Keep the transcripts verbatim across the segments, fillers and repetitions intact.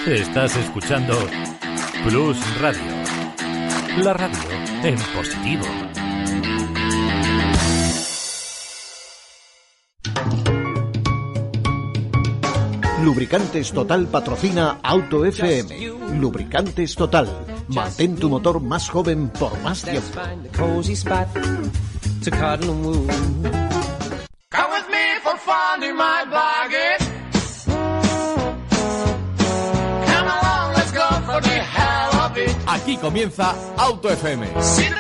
Estás escuchando Plus Radio, la radio en positivo. Lubricantes Total patrocina Auto F M. Lubricantes Total. Mantén tu motor más joven por más tiempo. Aquí comienza Auto F M.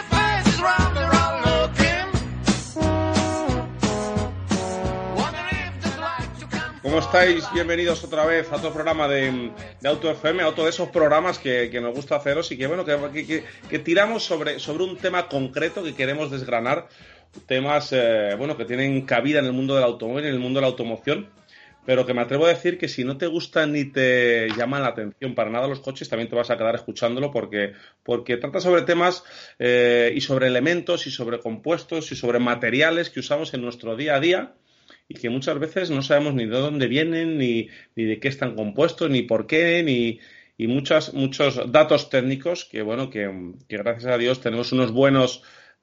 ¿Cómo estáis? Bienvenidos otra vez a otro programa de, de Auto F M, a otro de esos programas que, que nos gusta haceros y que bueno que, que, que tiramos sobre, sobre un tema concreto que queremos desgranar, temas eh, bueno que tienen cabida en el mundo del automóvil, en el mundo de la automoción, pero que me atrevo a decir que si no te gustan ni te llaman la atención para nada los coches, también te vas a quedar escuchándolo porque, porque trata sobre temas eh, y sobre elementos y sobre compuestos y sobre materiales que usamos en nuestro día a día y que muchas veces no sabemos ni de dónde vienen, ni, ni de qué están compuestos, ni por qué, ni y muchas, muchos datos técnicos que, bueno, que, que gracias a Dios tenemos unos buenos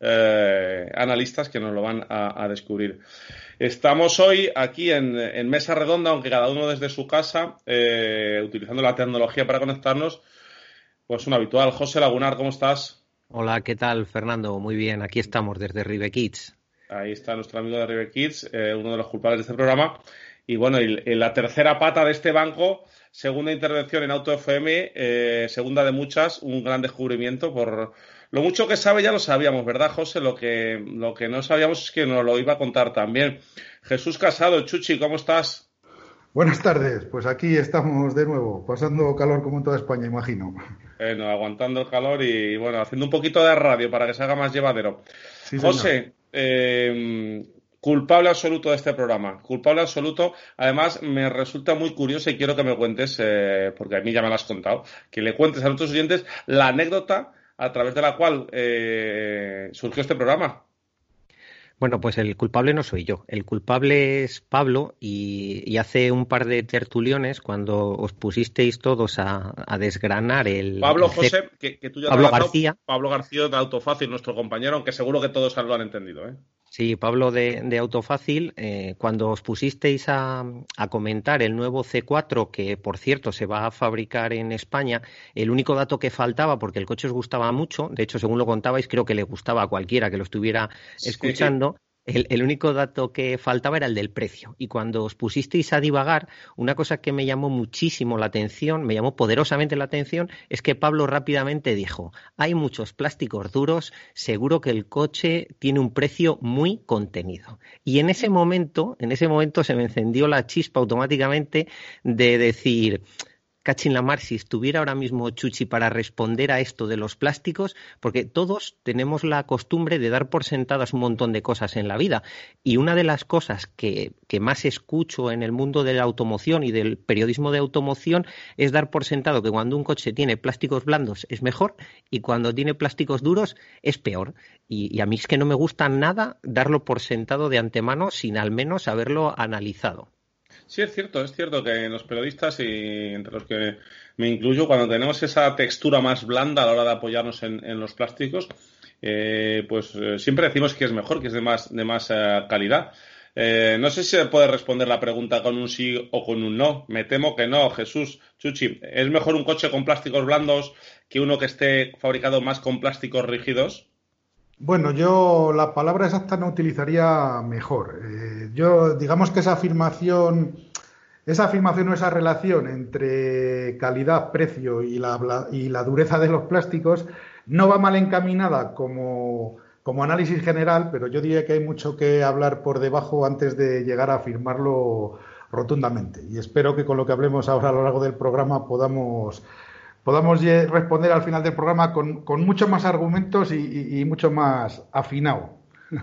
eh, analistas que nos lo van a, a descubrir. Estamos hoy aquí en, en mesa redonda, aunque cada uno desde su casa, eh, utilizando la tecnología para conectarnos, pues un habitual. José Lagunar, ¿cómo estás? Hola, ¿qué tal, Fernando? Muy bien, aquí estamos desde Rive Kids. Ahí está nuestro amigo de Rive Kids, eh, uno de los culpables de este programa. Y bueno, y, y la tercera pata de este banco, segunda intervención en Auto F M, eh, segunda de muchas, un gran descubrimiento. Por lo mucho que sabe ya lo sabíamos, ¿verdad, José? Lo que, lo que no sabíamos es que nos lo iba a contar también. Jesús Casado, Chuchi, ¿cómo estás? Buenas tardes, pues aquí estamos de nuevo, pasando calor como en toda España, imagino. Bueno, aguantando el calor y bueno, haciendo un poquito de radio para que se haga más llevadero. Sí, José, eh, culpable absoluto de este programa, culpable absoluto. Además, me resulta muy curioso y quiero que me cuentes, eh, porque a mí ya me lo has contado, que le cuentes a nuestros oyentes la anécdota a través de la cual eh, surgió este programa. Bueno, pues el culpable no soy yo, el culpable es Pablo y, y hace un par de tertuliones cuando os pusisteis todos a, a desgranar el... Pablo el José, que, que tú ya Pablo te has García. dado, Pablo García de Autofácil, nuestro compañero, aunque seguro que todos lo han entendido, ¿eh? Sí, Pablo de, de Autofácil, eh, cuando os pusisteis a, a comentar el nuevo C cuatro, que por cierto se va a fabricar en España, el único dato que faltaba, porque el coche os gustaba mucho, de hecho según lo contabais creo que le gustaba a cualquiera que lo estuviera escuchando, sí. El, el único dato que faltaba era el del precio. Y cuando os pusisteis a divagar, una cosa que me llamó muchísimo la atención, me llamó poderosamente la atención, es que Pablo rápidamente dijo: hay muchos plásticos duros, seguro que el coche tiene un precio muy contenido. Y en ese momento, en ese momento se me encendió la chispa automáticamente de decir... Cachín la mar, si estuviera ahora mismo Chuchi para responder a esto de los plásticos, porque todos tenemos la costumbre de dar por sentadas un montón de cosas en la vida, y una de las cosas que, que más escucho en el mundo de la automoción y del periodismo de automoción es dar por sentado que cuando un coche tiene plásticos blandos es mejor y cuando tiene plásticos duros es peor, y, y a mí es que no me gusta nada darlo por sentado de antemano sin al menos haberlo analizado. Sí, es cierto, es cierto que los periodistas, y entre los que me incluyo, cuando tenemos esa textura más blanda a la hora de apoyarnos en, en los plásticos, eh, pues eh, siempre decimos que es mejor, que es de más, de más eh, calidad. Eh, no sé si se puede responder la pregunta con un sí o con un no. Me temo que no, Jesús. Chuchi, ¿es mejor un coche con plásticos blandos que uno que esté fabricado más con plásticos rígidos? Bueno, yo la palabra exacta no utilizaría mejor. Eh, yo, digamos que esa afirmación, esa afirmación o esa relación entre calidad, precio y la, y la dureza de los plásticos no va mal encaminada como, como análisis general, pero yo diría que hay mucho que hablar por debajo antes de llegar a afirmarlo rotundamente. Y espero que con lo que hablemos ahora a lo largo del programa podamos... podamos responder al final del programa con, con muchos más argumentos y, y, y mucho más afinado.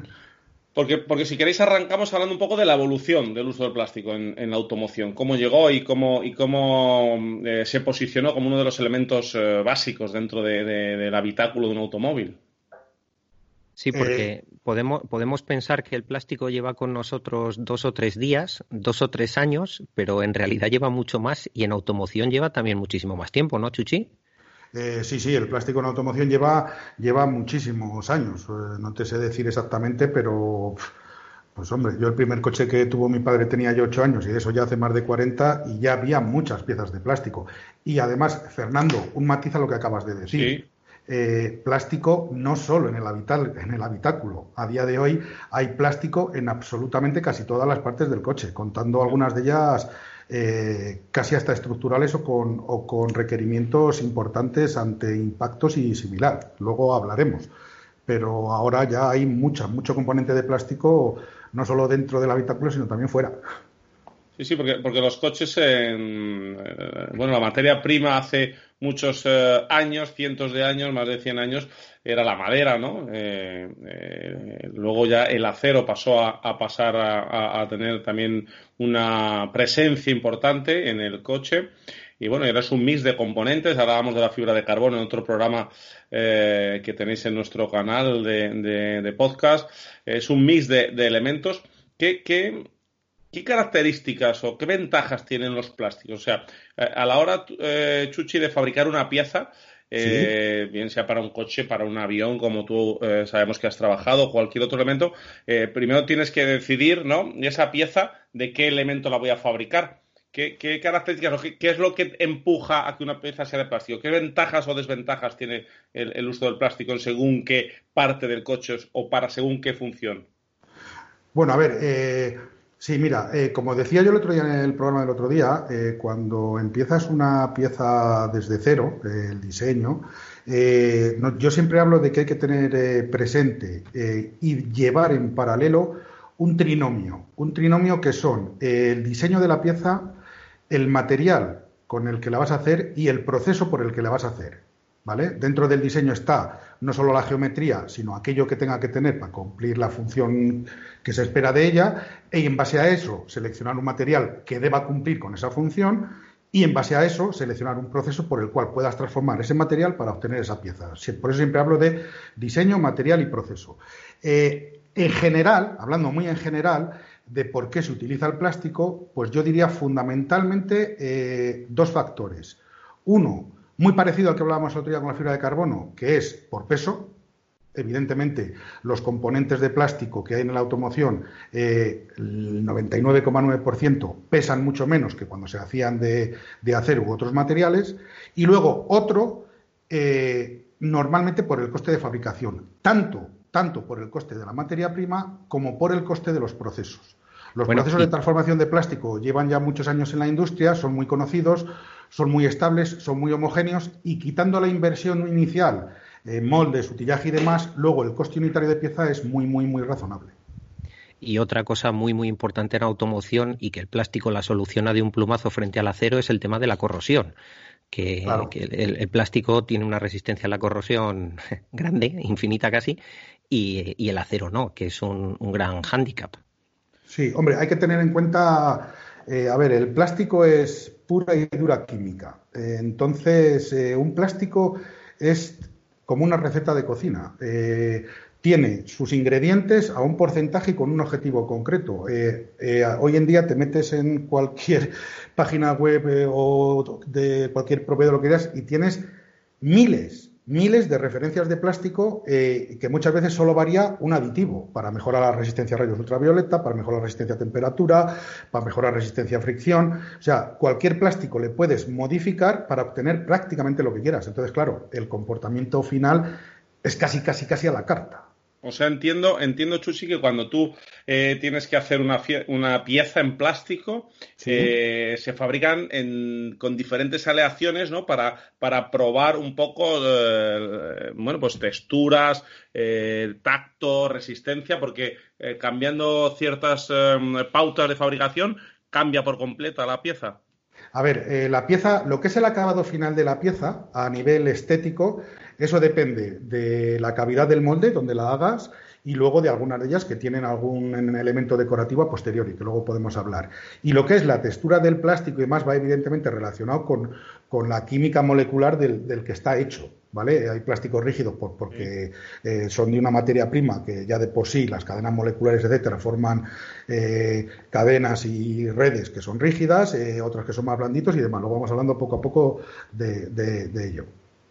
Porque, porque si queréis arrancamos hablando un poco de la evolución del uso del plástico en, en la automoción, cómo llegó y cómo, y cómo eh, se posicionó como uno de los elementos eh, básicos dentro de, de, del habitáculo de un automóvil. Sí, porque eh, podemos, podemos pensar que el plástico lleva con nosotros dos o tres días, dos o tres años, pero en realidad lleva mucho más y en automoción lleva también muchísimo más tiempo, ¿no, Chuchi? Eh, sí, sí, el plástico en automoción lleva, lleva muchísimos años. Eh, no te sé decir exactamente, pero pues hombre, yo el primer coche que tuvo mi padre tenía yo ocho años y de eso ya hace más de cuarenta y ya había muchas piezas de plástico. Y además, Fernando, un matiz a lo que acabas de decir. Sí. Eh, plástico no solo en el, habital, en el habitáculo. A día de hoy hay plástico en absolutamente casi todas las partes del coche, contando algunas de ellas eh, casi hasta estructurales o con, o con requerimientos importantes ante impactos y similar. Luego hablaremos. Pero ahora ya hay mucha, mucho componente de plástico, no solo dentro del habitáculo, sino también fuera. Sí, sí, porque, porque los coches, en, eh, bueno, la materia prima hace muchos eh, años, cientos de años, más de cien años, era la madera, ¿no? Eh, eh, luego ya el acero pasó a, a pasar a, a, a tener también una presencia importante en el coche. Y bueno, ahora es un mix de componentes. Hablábamos de la fibra de carbono en otro programa eh, que tenéis en nuestro canal de, de, de podcast. Es un mix de, de elementos que... que ¿Qué características o qué ventajas tienen los plásticos? O sea, a la hora, eh, Chuchi, de fabricar una pieza, eh, ¿sí? Bien sea para un coche, para un avión, como tú eh, sabemos que has trabajado, cualquier otro elemento, eh, primero tienes que decidir, ¿no? Y esa pieza, ¿de qué elemento la voy a fabricar? ¿Qué, qué características o qué, qué es lo que empuja a que una pieza sea de plástico? ¿Qué ventajas o desventajas tiene el, el uso del plástico en según qué parte del coche o para según qué función? Bueno, a ver... Eh... Sí, mira, eh, como decía yo el otro día en el programa del otro día, eh, cuando empiezas una pieza desde cero, eh, el diseño, eh, no, yo siempre hablo de que hay que tener eh, presente eh, y llevar en paralelo un trinomio, un trinomio que son eh, el diseño de la pieza, el material con el que la vas a hacer y el proceso por el que la vas a hacer. ¿Vale? Dentro del diseño está no solo la geometría, sino aquello que tenga que tener para cumplir la función que se espera de ella, y en base a eso seleccionar un material que deba cumplir con esa función y en base a eso seleccionar un proceso por el cual puedas transformar ese material para obtener esa pieza. Por eso siempre hablo de diseño, material y proceso. Eh, en general, hablando muy en general, de por qué se utiliza el plástico, pues yo diría fundamentalmente eh, dos factores. Uno, muy parecido al que hablábamos el otro día con la fibra de carbono, que es por peso. Evidentemente, los componentes de plástico que hay en la automoción, eh, el noventa y nueve coma nueve por ciento pesan mucho menos que cuando se hacían de, de acero u otros materiales. Y luego otro, eh, normalmente por el coste de fabricación, tanto, tanto por el coste de la materia prima como por el coste de los procesos. Los bueno, procesos y... de transformación de plástico llevan ya muchos años en la industria, son muy conocidos, son muy estables, son muy homogéneos y quitando la inversión inicial, eh, moldes, utillaje y demás, luego el coste unitario de pieza es muy, muy, muy razonable. Y otra cosa muy, muy importante en automoción y que el plástico la soluciona de un plumazo frente al acero es el tema de la corrosión. Que, claro. que el, el plástico tiene una resistencia a la corrosión grande, infinita casi, y, y el acero no, que es un, un gran hándicap. Sí, hombre, hay que tener en cuenta, eh, a ver, el plástico es pura y dura química. Eh, entonces, eh, un plástico es como una receta de cocina. Eh, tiene sus ingredientes a un porcentaje y con un objetivo concreto. Eh, eh, hoy en día te metes en cualquier página web eh, o de cualquier proveedor, lo que quieras, y tienes miles miles de referencias de plástico eh, que muchas veces solo varía un aditivo para mejorar la resistencia a rayos ultravioleta, para mejorar la resistencia a temperatura, para mejorar la resistencia a fricción. O sea, cualquier plástico le puedes modificar para obtener prácticamente lo que quieras. Entonces, claro, el comportamiento final es casi, casi, casi a la carta. O sea, entiendo, entiendo, Chuchi, que cuando tú eh, tienes que hacer una, una pieza en plástico, sí. eh, se fabrican en, con diferentes aleaciones, ¿no? Para, para probar un poco, eh, bueno, pues texturas, eh, tacto, resistencia, porque eh, cambiando ciertas eh, pautas de fabricación, cambia por completa la pieza. A ver, eh, la pieza, lo que es el acabado final de la pieza a nivel estético, eso depende de la cavidad del molde donde la hagas y luego de algunas de ellas que tienen algún elemento decorativo a posteriori, que luego podemos hablar. Y lo que es la textura del plástico y demás va evidentemente relacionado con, con la química molecular del, del que está hecho. ¿vale? Hay plásticos rígidos por, porque eh, son de una materia prima que ya de por sí las cadenas moleculares, etcétera, forman eh, cadenas y redes que son rígidas, eh, otras que son más blanditos y demás. Luego vamos hablando poco a poco de, de, de ello.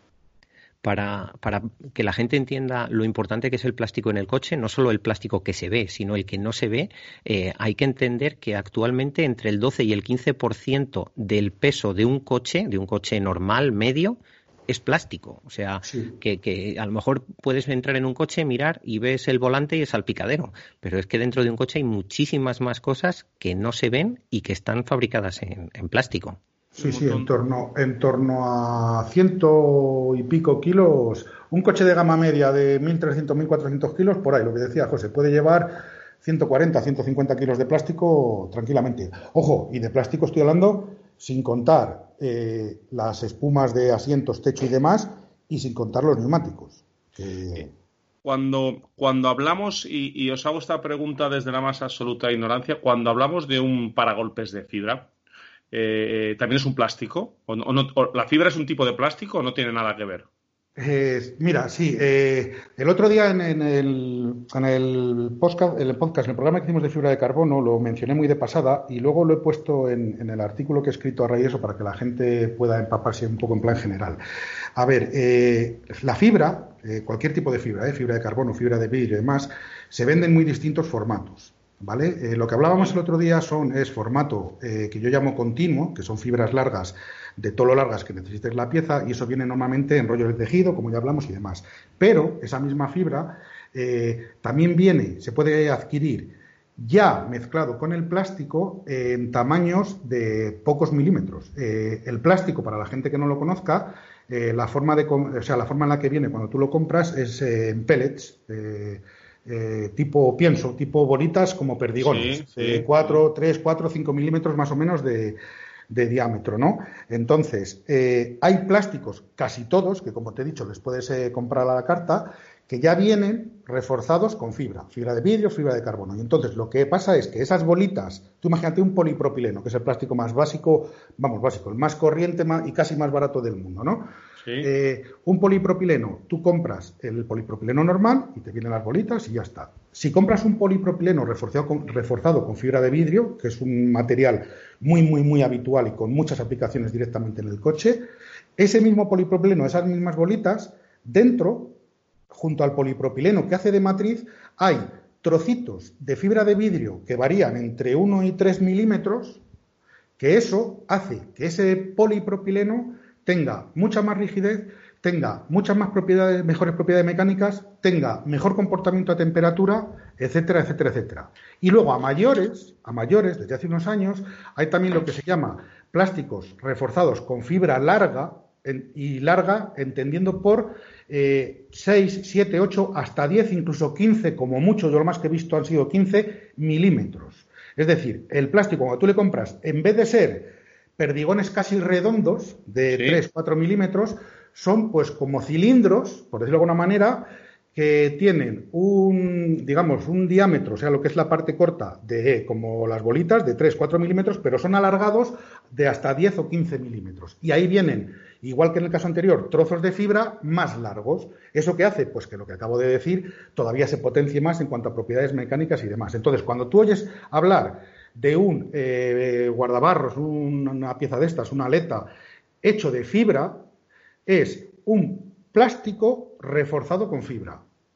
Para, para que la gente entienda lo importante que es el plástico en el coche, no solo el plástico que se ve, sino el que no se ve, eh, hay que entender que actualmente entre el doce y el quince por ciento del peso de un coche, de un coche normal, medio, es plástico. O sea, sí. que, que a lo mejor puedes entrar en un coche, mirar y ves el volante y el salpicadero, pero es que dentro de un coche hay muchísimas más cosas que no se ven y que están fabricadas en, en plástico. Sí, sí, en torno, en torno a ciento y pico kilos. Un coche de gama media de mil trescientos, mil cuatrocientos kilos, por ahí, lo que decía José, puede llevar ciento cuarenta, ciento cincuenta kilos de plástico tranquilamente. Ojo, y de plástico estoy hablando sin contar eh, las espumas de asientos, techo y demás, y sin contar los neumáticos. Que... Cuando, cuando hablamos, y, y os hago esta pregunta desde la más absoluta ignorancia, cuando hablamos de un paragolpes de fibra, Eh, ¿también es un plástico? ¿O no, o no, o ¿la fibra es un tipo de plástico o no tiene nada que ver? Eh, mira, sí. Eh, el otro día en, en, el, en, el podcast, en el podcast, en el programa que hicimos de fibra de carbono, lo mencioné muy de pasada y luego lo he puesto en, en el artículo que he escrito a raíz de eso para que la gente pueda empaparse un poco en plan general. A ver, eh, la fibra, eh, cualquier tipo de fibra, eh, fibra de carbono, fibra de vidrio y demás, se vende en muy distintos formatos. ¿Vale? Eh, lo que hablábamos el otro día son es formato eh, que yo llamo continuo, que son fibras largas, de todo lo largas que necesites la pieza, y eso viene normalmente en rollos de tejido, como ya hablamos, y demás. Pero esa misma fibra eh, también viene, se puede adquirir ya mezclado con el plástico eh, en tamaños de pocos milímetros. Eh, el plástico, para la gente que no lo conozca, eh, la forma de, o sea, la forma en la que viene cuando tú lo compras es eh, en pellets. Eh, Eh, tipo pienso, tipo bolitas como perdigones, sí, sí, eh, cuatro, tres, cuatro, cinco milímetros más o menos de, de diámetro, ¿no? Entonces, eh, hay plásticos, casi todos, que como te he dicho, les puedes eh, comprar a la carta, que ya vienen reforzados con fibra, fibra de vidrio, fibra de carbono. Y entonces lo que pasa es que esas bolitas, tú imagínate un polipropileno, que es el plástico más básico, vamos, básico, el más corriente más, y casi más barato del mundo, ¿no? Sí. Eh, un polipropileno, tú compras el polipropileno normal y te vienen las bolitas y ya está. Si compras un polipropileno reforzado con, reforzado con fibra de vidrio, que es un material muy, muy, muy habitual y con muchas aplicaciones directamente en el coche, ese mismo polipropileno, esas mismas bolitas, dentro, junto al polipropileno que hace de matriz, hay trocitos de fibra de vidrio que varían entre uno y tres milímetros, que eso hace que ese polipropileno tenga mucha más rigidez, tenga muchas más propiedades, mejores propiedades mecánicas, tenga mejor comportamiento a temperatura, etcétera, etcétera, etcétera. Y luego a mayores, a mayores, desde hace unos años, hay también lo que se llama plásticos reforzados con fibra larga, en, y larga entendiendo por eh, seis, siete, ocho, hasta diez, incluso quince, como mucho, yo lo más que he visto han sido quince milímetros. Es decir, el plástico, cuando tú le compras, en vez de ser perdigones casi redondos de sí. tres, cuatro milímetros, son pues como cilindros, por decirlo de alguna manera, que tienen un, digamos, un diámetro, o sea, lo que es la parte corta de como las bolitas de tres, cuatro milímetros, pero son alargados de hasta diez o quince milímetros. Y ahí vienen, igual que en el caso anterior, trozos de fibra más largos. ¿Eso qué hace? Pues que lo que acabo de decir todavía se potencie más en cuanto a propiedades mecánicas y demás. Entonces, cuando tú oyes hablar de un eh, guardabarros, un, una pieza de estas, una aleta, hecho de fibra, es un plástico reforzado con fibra.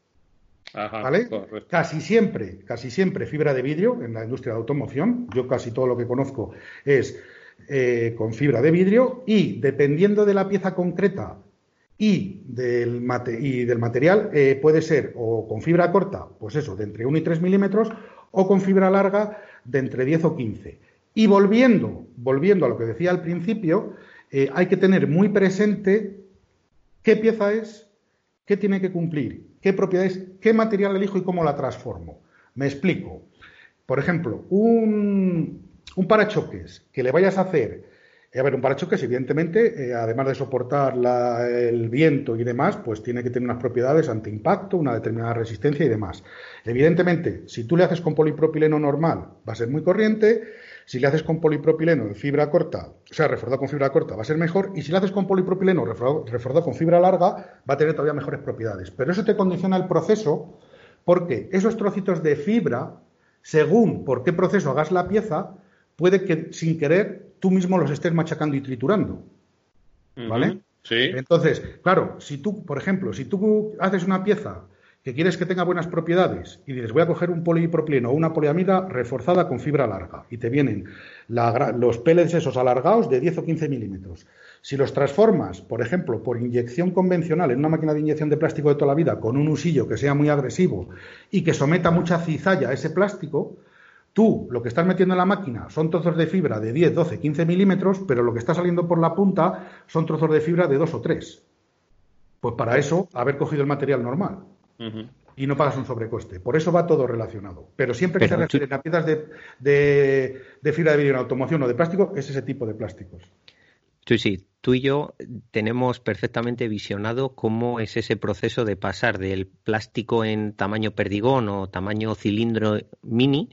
Ajá, ¿vale? Correcto. Casi siempre, casi siempre fibra de vidrio en la industria de automoción. Yo casi todo lo que conozco es eh, con fibra de vidrio y dependiendo de la pieza concreta y del, mate, y del material eh, puede ser o con fibra corta, pues eso, de entre uno y tres milímetros, o con fibra larga de entre diez o quince. Y volviendo, volviendo a lo que decía al principio, eh, hay que tener muy presente qué pieza es, qué tiene que cumplir, qué propiedades, qué material elijo y cómo la transformo. Me explico. Por ejemplo, un, un parachoques que le vayas a hacer, eh, a ver, un parachoques evidentemente, eh, además de soportar la, el viento y demás, pues tiene que tener unas propiedades anti-impacto, una determinada resistencia y demás. Evidentemente, si tú le haces con polipropileno normal, va a ser muy corriente. Si le haces con polipropileno de fibra corta, o sea, reforzado con fibra corta, va a ser mejor. Y si le haces con polipropileno reforzado, reforzado con fibra larga, va a tener todavía mejores propiedades. Pero eso te condiciona el proceso, porque esos trocitos de fibra, según por qué proceso hagas la pieza, puede que sin querer tú mismo los estés machacando y triturando. ¿Vale? Uh-huh. Sí. Entonces, claro, si tú, por ejemplo, si tú haces una pieza que quieres que tenga buenas propiedades y dices, voy a coger un polipropileno o una poliamida reforzada con fibra larga y te vienen la, los pellets esos alargados de diez o quince milímetros. Si los transformas, por ejemplo, por inyección convencional en una máquina de inyección de plástico de toda la vida con un usillo que sea muy agresivo y que someta mucha cizalla a ese plástico, tú lo que estás metiendo en la máquina son trozos de fibra de diez, doce, quince milímetros, pero lo que está saliendo por la punta son trozos de fibra de dos o tres. Pues para eso, haber cogido el material normal. Uh-huh. Y no pagas un sobrecoste. Por eso va todo relacionado. Pero siempre que Pero se refieren tú... a piezas de, de, de fibra de vidrio en automoción o de plástico, es ese tipo de plásticos. Sí, sí. Tú y yo tenemos perfectamente visionado cómo es ese proceso de pasar del plástico en tamaño perdigón o tamaño cilindro mini,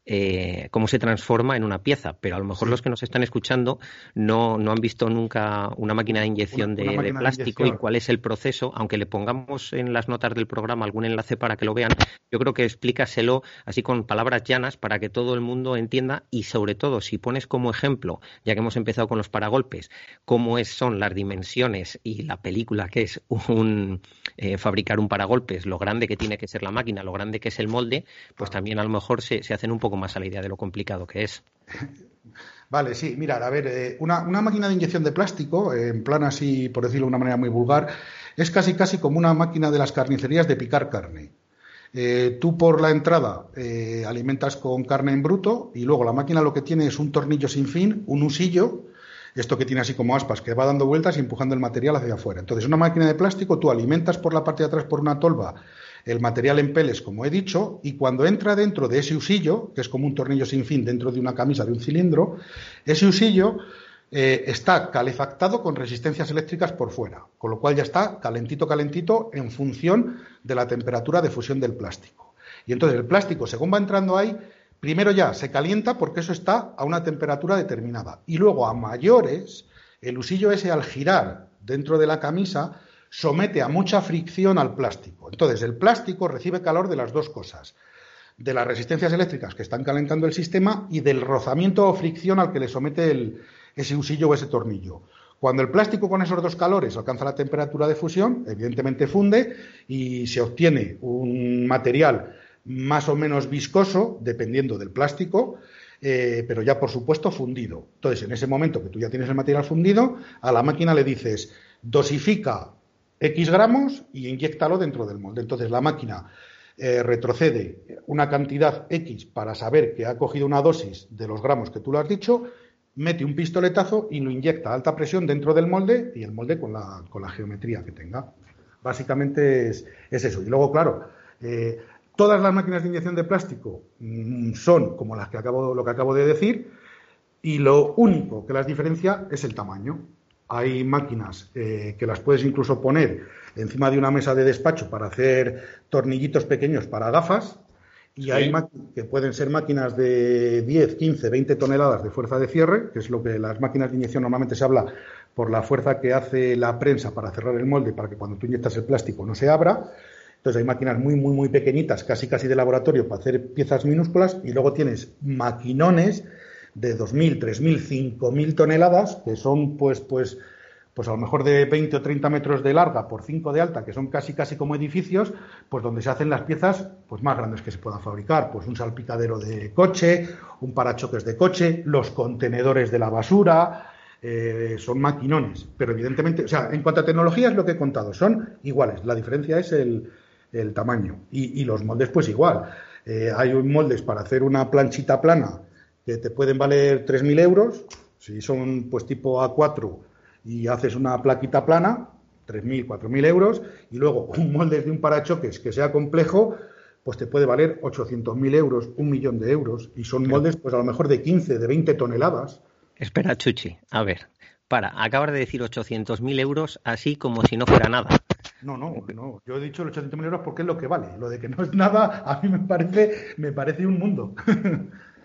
Eh, cómo se transforma en una pieza, pero a lo mejor sí. Los que nos están escuchando no, no han visto nunca una máquina de inyección una, de, una máquina de plástico de inyección. Y cuál es el proceso, aunque le pongamos en las notas del programa algún enlace para que lo vean, yo creo que explícaselo así con palabras llanas para que todo el mundo entienda y sobre todo si pones como ejemplo, ya que hemos empezado con los paragolpes, cómo es, son las dimensiones y la película que es un eh, fabricar un paragolpes, lo grande que tiene que ser la máquina, lo grande que es el molde, pues también a lo mejor se, se hacen un poco más a la idea de lo complicado que es. Vale, sí, mirad, a ver, eh, una, una máquina de inyección de plástico, eh, en plan así, por decirlo de una manera muy vulgar, es casi casi como una máquina de las carnicerías de picar carne. Eh, tú por la entrada eh, alimentas con carne en bruto y luego la máquina lo que tiene es un tornillo sin fin, un usillo, esto que tiene así como aspas, que va dando vueltas y empujando el material hacia afuera. Entonces, una máquina de plástico, tú alimentas por la parte de atrás por una tolva el material en pellets, como he dicho, y cuando entra dentro de ese usillo, que es como un tornillo sin fin dentro de una camisa de un cilindro, ese usillo eh, está calefactado con resistencias eléctricas por fuera, con lo cual ya está calentito, calentito en función de la temperatura de fusión del plástico. Y entonces el plástico, según va entrando ahí, primero ya se calienta porque eso está a una temperatura determinada. Y luego, a mayores, el usillo ese al girar dentro de la camisa somete a mucha fricción al plástico. Entonces, el plástico recibe calor de las dos cosas, de las resistencias eléctricas que están calentando el sistema y del rozamiento o fricción al que le somete el, ese usillo o ese tornillo. Cuando el plástico con esos dos calores alcanza la temperatura de fusión, evidentemente funde y se obtiene un material más o menos viscoso, dependiendo del plástico, eh, pero ya por supuesto fundido. Entonces, en ese momento que tú ya tienes el material fundido, a la máquina le dices, dosifica X gramos y inyéctalo dentro del molde. Entonces la máquina eh, retrocede una cantidad X para saber que ha cogido una dosis de los gramos que tú le has dicho, mete un pistoletazo y lo inyecta a alta presión dentro del molde y el molde con la, con la geometría que tenga. Básicamente es, es eso. Y luego, claro, eh, todas las máquinas de inyección de plástico mmm, son como las que acabo, lo que acabo de decir y lo único que las diferencia es el tamaño. Hay máquinas eh, que las puedes incluso poner encima de una mesa de despacho para hacer tornillitos pequeños para gafas y sí. Hay que pueden ser máquinas de diez, quince, veinte toneladas de fuerza de cierre, que es lo que las máquinas de inyección normalmente se habla por la fuerza que hace la prensa para cerrar el molde para que cuando tú inyectas el plástico no se abra. Entonces hay máquinas muy, muy, muy pequeñitas, casi, casi de laboratorio para hacer piezas minúsculas y luego tienes maquinones de dos mil, tres mil, cinco mil toneladas, que son pues, pues, pues a lo mejor de veinte o treinta metros de larga por cinco de alta, que son casi casi como edificios, pues donde se hacen las piezas pues más grandes que se puedan fabricar, pues un salpicadero de coche, un parachoques de coche, los contenedores de la basura, eh, son maquinones, pero evidentemente, o sea, en cuanto a tecnología es lo que he contado, son iguales, la diferencia es el, el tamaño y, y los moldes pues igual, eh, hay moldes para hacer una planchita plana que te pueden valer tres mil euros, si son pues tipo A cuatro y haces una plaquita plana, tres mil, cuatro mil euros, y luego un molde de un parachoques que sea complejo, pues te puede valer ochocientos mil euros, un millón de euros, y son moldes pues a lo mejor de quince, de veinte toneladas. Espera, Chuchi, a ver, para, acabas de decir ochocientos mil euros así como si no fuera nada. No, no, no, yo he dicho los ochocientos mil euros porque es lo que vale, lo de que no es nada a mí me parece, me parece un mundo.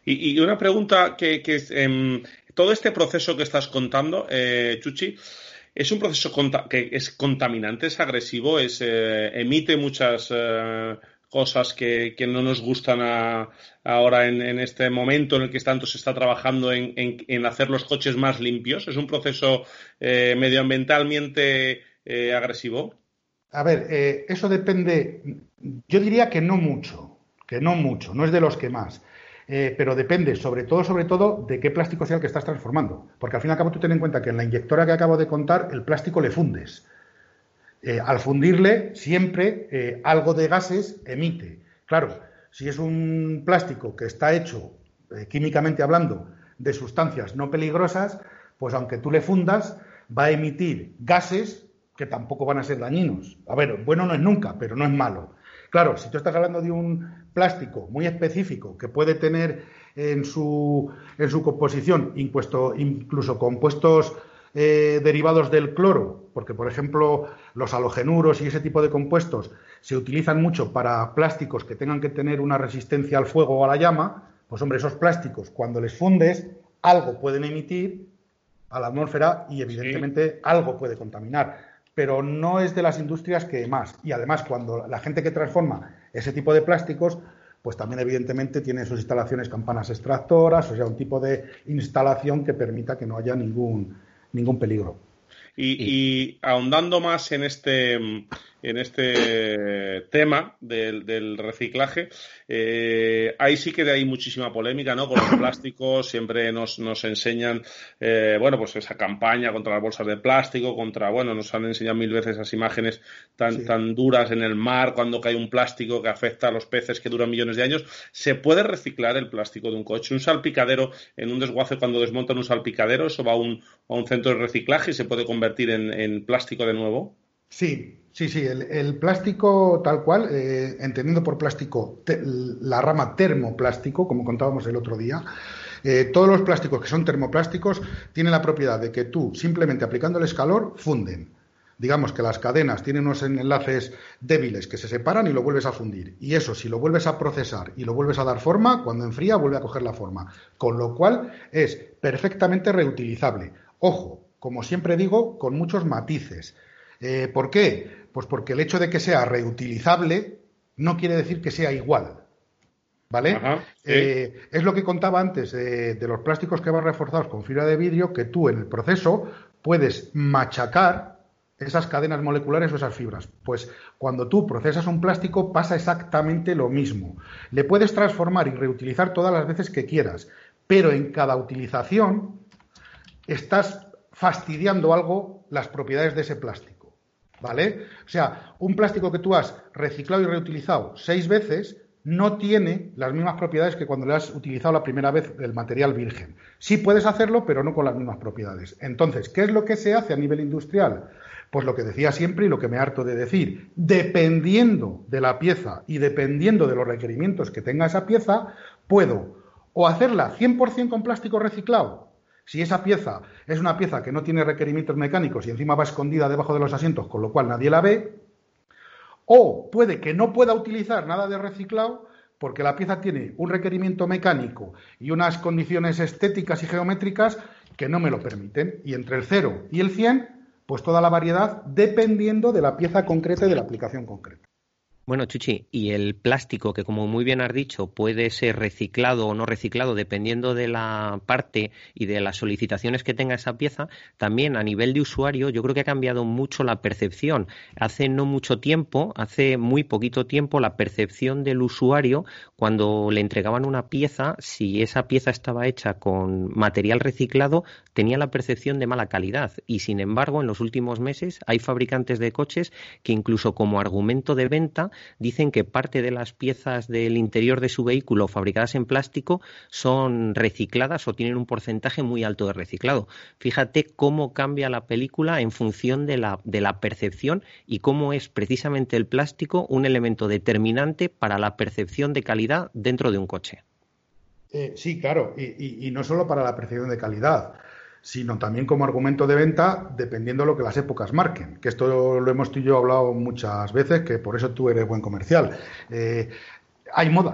Y, y una pregunta que, que eh, todo este proceso que estás contando, eh, Chuchi, ¿es un proceso conta- que es contaminante, es agresivo, es eh, emite muchas eh, cosas que, que no nos gustan a, ahora en, en este momento en el que tanto se está trabajando en, en, en hacer los coches más limpios? ¿Es un proceso eh, medioambientalmente eh, agresivo? A ver, eh, eso depende, yo diría que no mucho, que no mucho, no es de los que más, eh, pero depende sobre todo, sobre todo, de qué plástico sea el que estás transformando, porque al fin y al cabo tú ten en cuenta que en la inyectora que acabo de contar, el plástico le fundes. Eh, al fundirle, siempre eh, algo de gases emite. Claro, si es un plástico que está hecho, eh, químicamente hablando, de sustancias no peligrosas, pues aunque tú le fundas, va a emitir gases que tampoco van a ser dañinos. A ver, bueno no es nunca, pero no es malo. Claro, si tú estás hablando de un plástico muy específico que puede tener en su, en su composición incluso, incluso compuestos eh, derivados del cloro, porque por ejemplo los halogenuros y ese tipo de compuestos se utilizan mucho para plásticos que tengan que tener una resistencia al fuego o a la llama, pues hombre, esos plásticos cuando les fundes algo pueden emitir a la atmósfera y evidentemente sí, algo puede contaminar. Pero no es de las industrias que más. Y además, cuando la gente que transforma ese tipo de plásticos, pues también evidentemente tiene en sus instalaciones campanas extractoras, o sea, un tipo de instalación que permita que no haya ningún, ningún peligro. Y, y ahondando más en este, en este tema del, del reciclaje, eh, ahí sí que hay muchísima polémica, ¿no? Con los plásticos siempre nos, nos enseñan, eh, bueno, pues esa campaña contra las bolsas de plástico, contra, bueno, nos han enseñado mil veces esas imágenes tan, sí. tan duras en el mar cuando cae un plástico que afecta a los peces que duran millones de años. ¿Se puede reciclar el plástico de un coche? Un salpicadero en un desguace, cuando desmontan un salpicadero, eso va a un, a un centro de reciclaje y se puede convertir en, en plástico de nuevo. Sí, sí, sí. El, el plástico tal cual, eh, entendiendo por plástico te, la rama termoplástico, como contábamos el otro día, eh, todos los plásticos que son termoplásticos tienen la propiedad de que tú, simplemente aplicándoles calor, funden. Digamos que las cadenas tienen unos enlaces débiles que se separan y lo vuelves a fundir. Y eso, si lo vuelves a procesar y lo vuelves a dar forma, cuando enfría vuelve a coger la forma. Con lo cual es perfectamente reutilizable. Ojo, como siempre digo, con muchos matices. Eh, ¿Por qué? Pues porque el hecho de que sea reutilizable no quiere decir que sea igual. ¿Vale? Ajá, sí. eh, es lo que contaba antes eh, de los plásticos que van reforzados con fibra de vidrio, que tú en el proceso puedes machacar esas cadenas moleculares o esas fibras. Pues cuando tú procesas un plástico pasa exactamente lo mismo. Le puedes transformar y reutilizar todas las veces que quieras, pero en cada utilización estás fastidiando algo las propiedades de ese plástico, ¿vale? O sea, un plástico que tú has reciclado y reutilizado seis veces no tiene las mismas propiedades que cuando le has utilizado la primera vez el material virgen. Sí puedes hacerlo, pero no con las mismas propiedades. Entonces, ¿qué es lo que se hace a nivel industrial? Pues lo que decía siempre y lo que me harto de decir, dependiendo de la pieza y dependiendo de los requerimientos que tenga esa pieza, puedo o hacerla cien por ciento con plástico reciclado. Si esa pieza es una pieza que no tiene requerimientos mecánicos y encima va escondida debajo de los asientos, con lo cual nadie la ve, o puede que no pueda utilizar nada de reciclado porque la pieza tiene un requerimiento mecánico y unas condiciones estéticas y geométricas que no me lo permiten. Y entre el cero y el cien, pues toda la variedad dependiendo de la pieza concreta y de la aplicación concreta. Bueno, Chuchi, y el plástico, que como muy bien has dicho, puede ser reciclado o no reciclado dependiendo de la parte y de las solicitaciones que tenga esa pieza, también a nivel de usuario yo creo que ha cambiado mucho la percepción. Hace no mucho tiempo, hace muy poquito tiempo, la percepción del usuario cuando le entregaban una pieza, si esa pieza estaba hecha con material reciclado, tenía la percepción de mala calidad. Y sin embargo, en los últimos meses hay fabricantes de coches que incluso como argumento de venta dicen que parte de las piezas del interior de su vehículo fabricadas en plástico son recicladas o tienen un porcentaje muy alto de reciclado. Fíjate cómo cambia la película en función de la, de la percepción y cómo es precisamente el plástico un elemento determinante para la percepción de calidad dentro de un coche. Eh, sí, claro, y, y, y no solo para la percepción de calidad, sino también como argumento de venta, dependiendo de lo que las épocas marquen. Que esto lo hemos tú y yo hablado muchas veces, que por eso tú eres buen comercial. Eh, hay modas.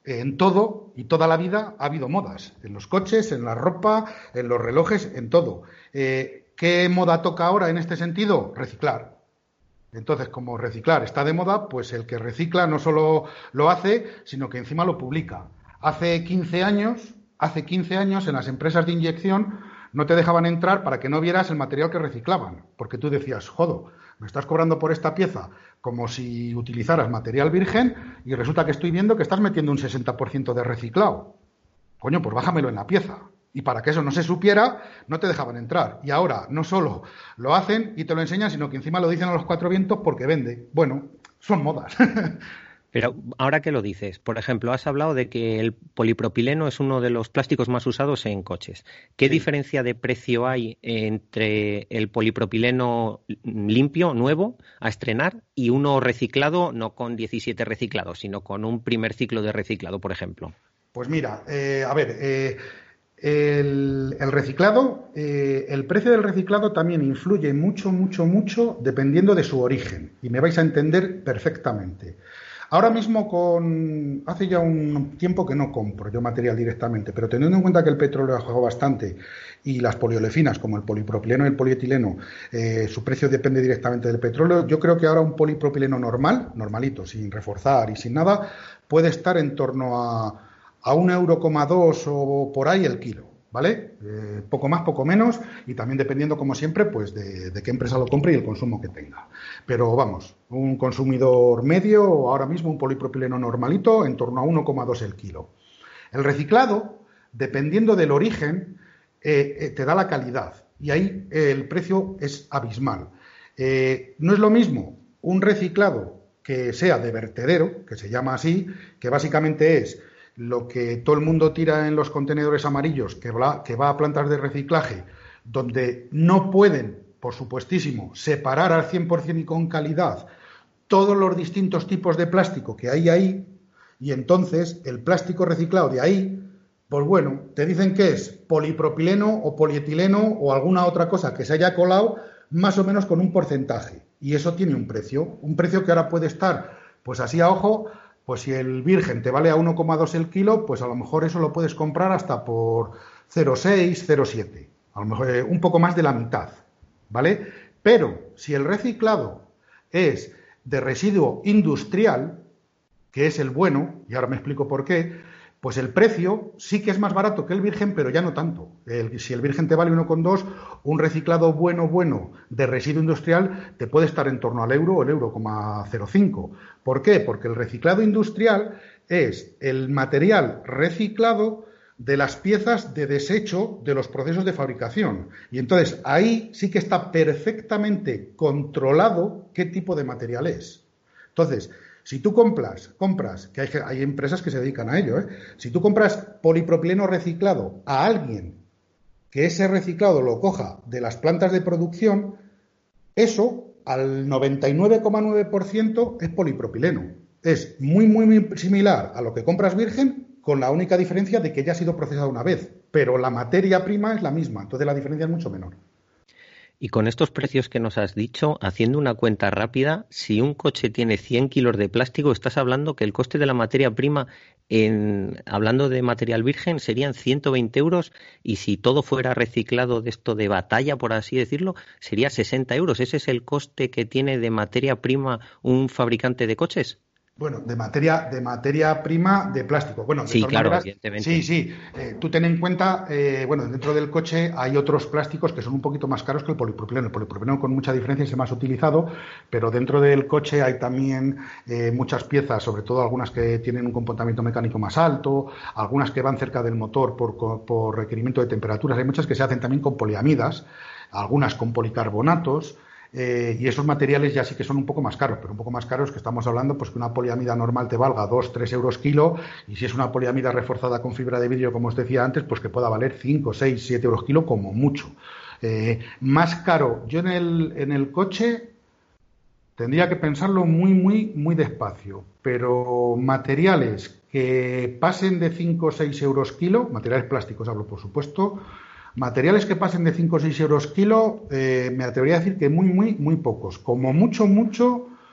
En todo y toda la vida ha habido modas, en los coches, en la ropa, en los relojes, en todo. Eh, ¿Qué moda toca ahora en este sentido? Reciclar. Entonces, como reciclar está de moda, pues el que recicla no solo lo hace, sino que encima lo publica. Hace quince años, hace quince años en las empresas de inyección no te dejaban entrar para que no vieras el material que reciclaban, porque tú decías, jodo, me estás cobrando por esta pieza como si utilizaras material virgen y resulta que estoy viendo que estás metiendo un sesenta por ciento de reciclado. Coño, pues bájamelo en la pieza. Y para que eso no se supiera, no te dejaban entrar. Y ahora no solo lo hacen y te lo enseñan, sino que encima lo dicen a los cuatro vientos porque vende. Bueno, son modas. Pero ahora que lo dices, por ejemplo, has hablado de que el polipropileno es uno de los plásticos más usados en coches. ¿Qué sí. diferencia de precio hay entre el polipropileno limpio, nuevo, a estrenar, y uno reciclado, no con diecisiete reciclados, sino con un primer ciclo de reciclado, por ejemplo? Pues mira, eh, a ver, eh, el, el reciclado, eh, el precio del reciclado también influye mucho, mucho, mucho dependiendo de su origen. Y me vais a entender perfectamente. Ahora mismo, con hace ya un tiempo que no compro yo material directamente, pero teniendo en cuenta que el petróleo ha bajado bastante y las poliolefinas, como el polipropileno y el polietileno, eh, su precio depende directamente del petróleo, yo creo que ahora un polipropileno normal, normalito, sin reforzar y sin nada, puede estar en torno a, a un euro coma dos o por ahí el kilo, ¿vale? Eh, poco más, poco menos, y también dependiendo, como siempre, pues de, de qué empresa lo compre y el consumo que tenga. Pero vamos, un consumidor medio, ahora mismo un polipropileno normalito, en torno a uno coma dos el kilo. El reciclado, dependiendo del origen, eh, eh, te da la calidad, y ahí eh, el precio es abismal. Eh, no es lo mismo un reciclado que sea de vertedero, que se llama así, que básicamente es lo que todo el mundo tira en los contenedores amarillos, que va, que va a plantas de reciclaje, donde no pueden, por supuestísimo, separar al cien por ciento y con calidad todos los distintos tipos de plástico que hay ahí, y entonces el plástico reciclado de ahí, pues bueno, te dicen que es polipropileno o polietileno o alguna otra cosa que se haya colado más o menos con un porcentaje, y eso tiene un precio, un precio que ahora puede estar, pues así a ojo. Pues si el virgen te vale a uno coma dos el kilo, pues a lo mejor eso lo puedes comprar hasta por cero coma seis, cero coma siete. A lo mejor eh, un poco más de la mitad, ¿vale? Pero si el reciclado es de residuo industrial, que es el bueno, y ahora me explico por qué, pues el precio sí que es más barato que el virgen, pero ya no tanto. El, si el virgen te vale uno coma dos, un reciclado bueno, bueno, de residuo industrial te puede estar en torno al euro o el euro coma cero cinco. ¿Por qué? Porque el reciclado industrial es el material reciclado de las piezas de desecho de los procesos de fabricación. Y entonces ahí sí que está perfectamente controlado qué tipo de material es. Entonces, si tú compras, compras, que hay, hay empresas que se dedican a ello, ¿eh? Si tú compras polipropileno reciclado a alguien que ese reciclado lo coja de las plantas de producción, eso al noventa y nueve coma nueve por ciento es polipropileno. Es muy, muy, muy similar a lo que compras virgen, con la única diferencia de que ya ha sido procesado una vez, pero la materia prima es la misma, entonces la diferencia es mucho menor. Y con estos precios que nos has dicho, haciendo una cuenta rápida, si un coche tiene cien kilos de plástico, estás hablando que el coste de la materia prima, en, hablando de material virgen, serían ciento veinte euros, y si todo fuera reciclado de esto de batalla, por así decirlo, sería sesenta euros. ¿Ese es el coste que tiene de materia prima un fabricante de coches? Bueno, de materia, de materia prima de plástico. Bueno, de sí, claro, maneras, evidentemente. Sí, sí. Eh, tú ten en cuenta, eh, bueno, dentro del coche hay otros plásticos que son un poquito más caros que el polipropileno. El polipropileno con mucha diferencia es el más utilizado, pero dentro del coche hay también eh, muchas piezas, sobre todo algunas que tienen un comportamiento mecánico más alto, algunas que van cerca del motor por, por requerimiento de temperaturas. Hay muchas que se hacen también con poliamidas, algunas con policarbonatos. Eh, y esos materiales ya sí que son un poco más caros, pero un poco más caros que estamos hablando, pues que una poliamida normal te valga dos, tres euros kilo, y si es una poliamida reforzada con fibra de vidrio, como os decía antes, pues que pueda valer cinco, seis, siete euros kilo como mucho. Eh, más caro, yo en el, en el coche tendría que pensarlo muy, muy, muy despacio, pero materiales que pasen de cinco o seis euros kilo, materiales plásticos hablo por supuesto, materiales que pasen de cinco o seis euros kilo, eh, me atrevería a decir que muy, muy, muy pocos. Como mucho, mucho,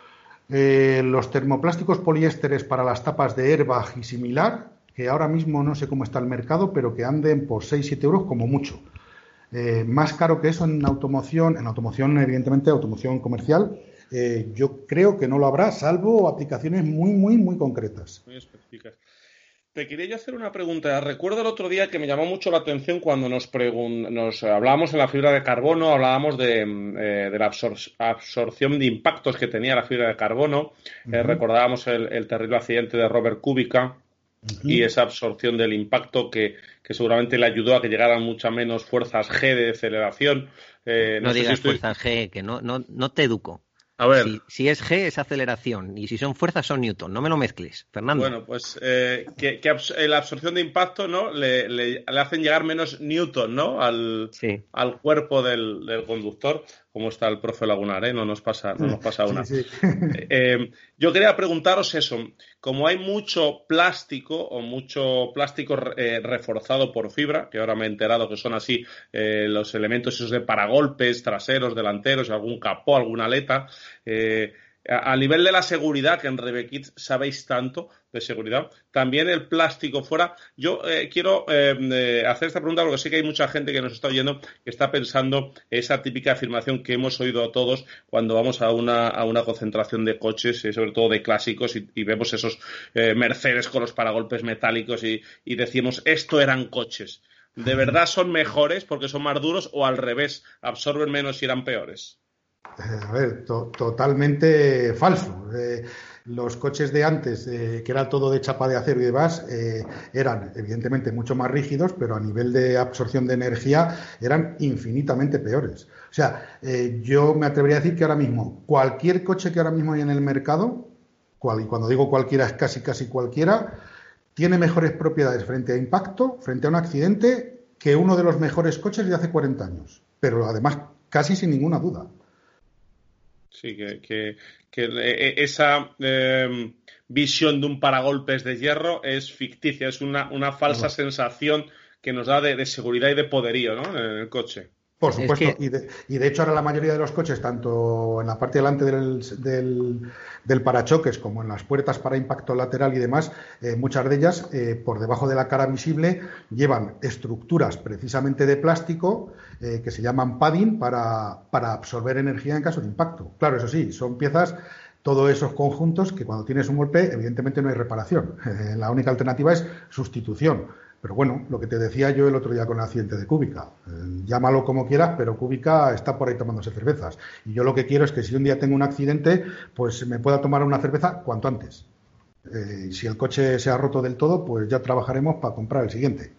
Eh, los termoplásticos poliésteres para las tapas de airbag y similar, que ahora mismo no sé cómo está el mercado, pero que anden por seis siete euros como mucho. Eh, más caro que eso en automoción, en automoción evidentemente, automoción comercial, eh, yo creo que no lo habrá, salvo aplicaciones muy, muy, muy concretas. Muy específicas. Te quería yo hacer una pregunta. Recuerdo el otro día que me llamó mucho la atención cuando nos, pregun- nos hablábamos en la fibra de carbono, hablábamos de, eh, de la absor- absorción de impactos que tenía la fibra de carbono. Uh-huh. Eh, recordábamos el, el terrible accidente de Robert Kubica uh-huh. y esa absorción del impacto que, que seguramente le ayudó a que llegaran muchas menos fuerzas G de aceleración. Eh, no no digas si estoy... fuerzas G, que no, no, no te educo. A ver. Si, si es G es aceleración y si son fuerzas son Newton. No me lo mezcles, Fernando. Bueno, pues eh, que, que abs- la absorción de impacto, ¿no? Le, le, le hacen llegar menos Newton, ¿no? Al, sí. al cuerpo del, del conductor. Como está el profe Lagunar, ¿eh? No nos pasa, no nos pasa una. Sí, sí. Eh, yo quería preguntaros eso. Como hay mucho plástico o mucho plástico eh, reforzado por fibra, que ahora me he enterado que son así eh, los elementos esos de paragolpes traseros, delanteros, algún capó, alguna aleta, eh, a, a nivel de la seguridad, que en Rebekit sabéis tanto de seguridad, también el plástico fuera. Yo eh, quiero eh, eh, hacer esta pregunta porque sé que hay mucha gente que nos está oyendo que está pensando esa típica afirmación que hemos oído todos cuando vamos a una, a una concentración de coches, eh, sobre todo de clásicos, y, y vemos esos eh, Mercedes con los paragolpes metálicos y, y decimos, esto eran coches. ¿De verdad son mejores porque son más duros o al revés, absorben menos y eran peores? A ver, to- totalmente falso. Eh, los coches de antes, eh, que era todo de chapa de acero y demás, eh, eran evidentemente mucho más rígidos, pero a nivel de absorción de energía eran infinitamente peores. O sea, eh, yo me atrevería a decir que ahora mismo, cualquier coche que ahora mismo hay en el mercado, cual, y cuando digo cualquiera es casi casi cualquiera, tiene mejores propiedades frente a impacto, frente a un accidente, que uno de los mejores coches de hace cuarenta años. Pero además, casi sin ninguna duda. Sí, que, que, que esa eh, visión de un paragolpes de hierro es ficticia, es una, una falsa no. sensación que nos da de, de seguridad y de poderío, ¿no? En el coche. Por supuesto, es que... y, de, y de hecho ahora la mayoría de los coches, tanto en la parte delante del, del, del parachoques como en las puertas para impacto lateral y demás, eh, muchas de ellas, eh, por debajo de la cara visible, llevan estructuras precisamente de plástico eh, que se llaman padding para, para absorber energía en caso de impacto. Claro, eso sí, son piezas, todos esos conjuntos que cuando tienes un golpe, evidentemente no hay reparación. Eh, la única alternativa es sustitución. Pero bueno, lo que te decía yo el otro día con el accidente de Kubica, eh, llámalo como quieras, pero Kubica está por ahí tomándose cervezas. Y yo lo que quiero es que si un día tengo un accidente, pues me pueda tomar una cerveza cuanto antes. Eh, si el coche se ha roto del todo, pues ya trabajaremos para comprar el siguiente.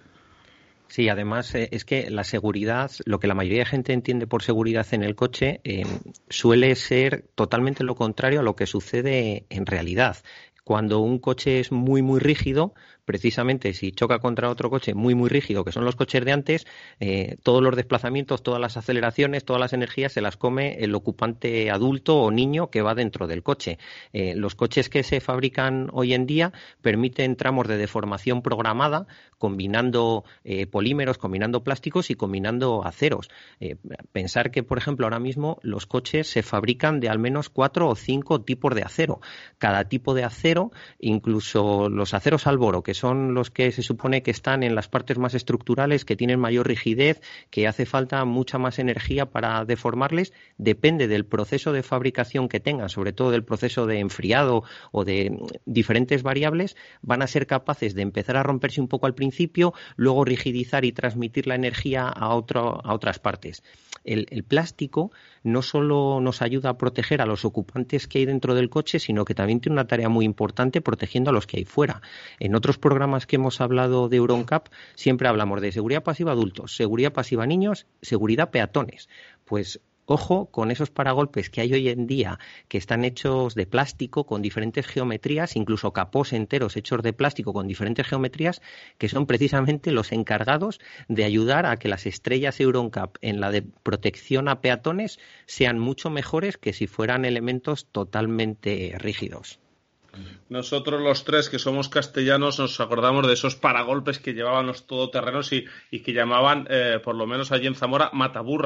Sí, además eh, es que la seguridad, lo que la mayoría de gente entiende por seguridad en el coche, eh, suele ser totalmente lo contrario a lo que sucede en realidad. Cuando un coche es muy, muy rígido, precisamente si choca contra otro coche muy, muy rígido, que son los coches de antes, eh, todos los desplazamientos, todas las aceleraciones, todas las energías se las come el ocupante adulto o niño que va dentro del coche. Eh, los coches que se fabrican hoy en día permiten tramos de deformación programada, combinando eh, polímeros, combinando plásticos y combinando aceros. Eh, pensar que, por ejemplo, ahora mismo los coches se fabrican de al menos cuatro o cinco tipos de acero. Cada tipo de acero, incluso los aceros Alboro, que son los que se supone que están en las partes más estructurales, que tienen mayor rigidez, que hace falta mucha más energía para deformarles, depende del proceso de fabricación que tengan, sobre todo del proceso de enfriado o de diferentes variables, van a ser capaces de empezar a romperse un poco al principio, luego rigidizar y transmitir la energía a, otro, a otras partes. El, el plástico no solo nos ayuda a proteger a los ocupantes que hay dentro del coche, sino que también tiene una tarea muy importante protegiendo a los que hay fuera. En otros programas que hemos hablado de EuronCap siempre hablamos de seguridad pasiva adultos, seguridad pasiva niños, seguridad peatones. Pues ojo con esos paragolpes que hay hoy en día que están hechos de plástico con diferentes geometrías, incluso capós enteros hechos de plástico con diferentes geometrías, que son precisamente los encargados de ayudar a que las estrellas EuronCap en la de protección a peatones sean mucho mejores que si fueran elementos totalmente rígidos. Nosotros los tres que somos castellanos nos acordamos de esos paragolpes que llevaban los todoterrenos y, y que llamaban, eh, por lo menos allí en Zamora, mataburras.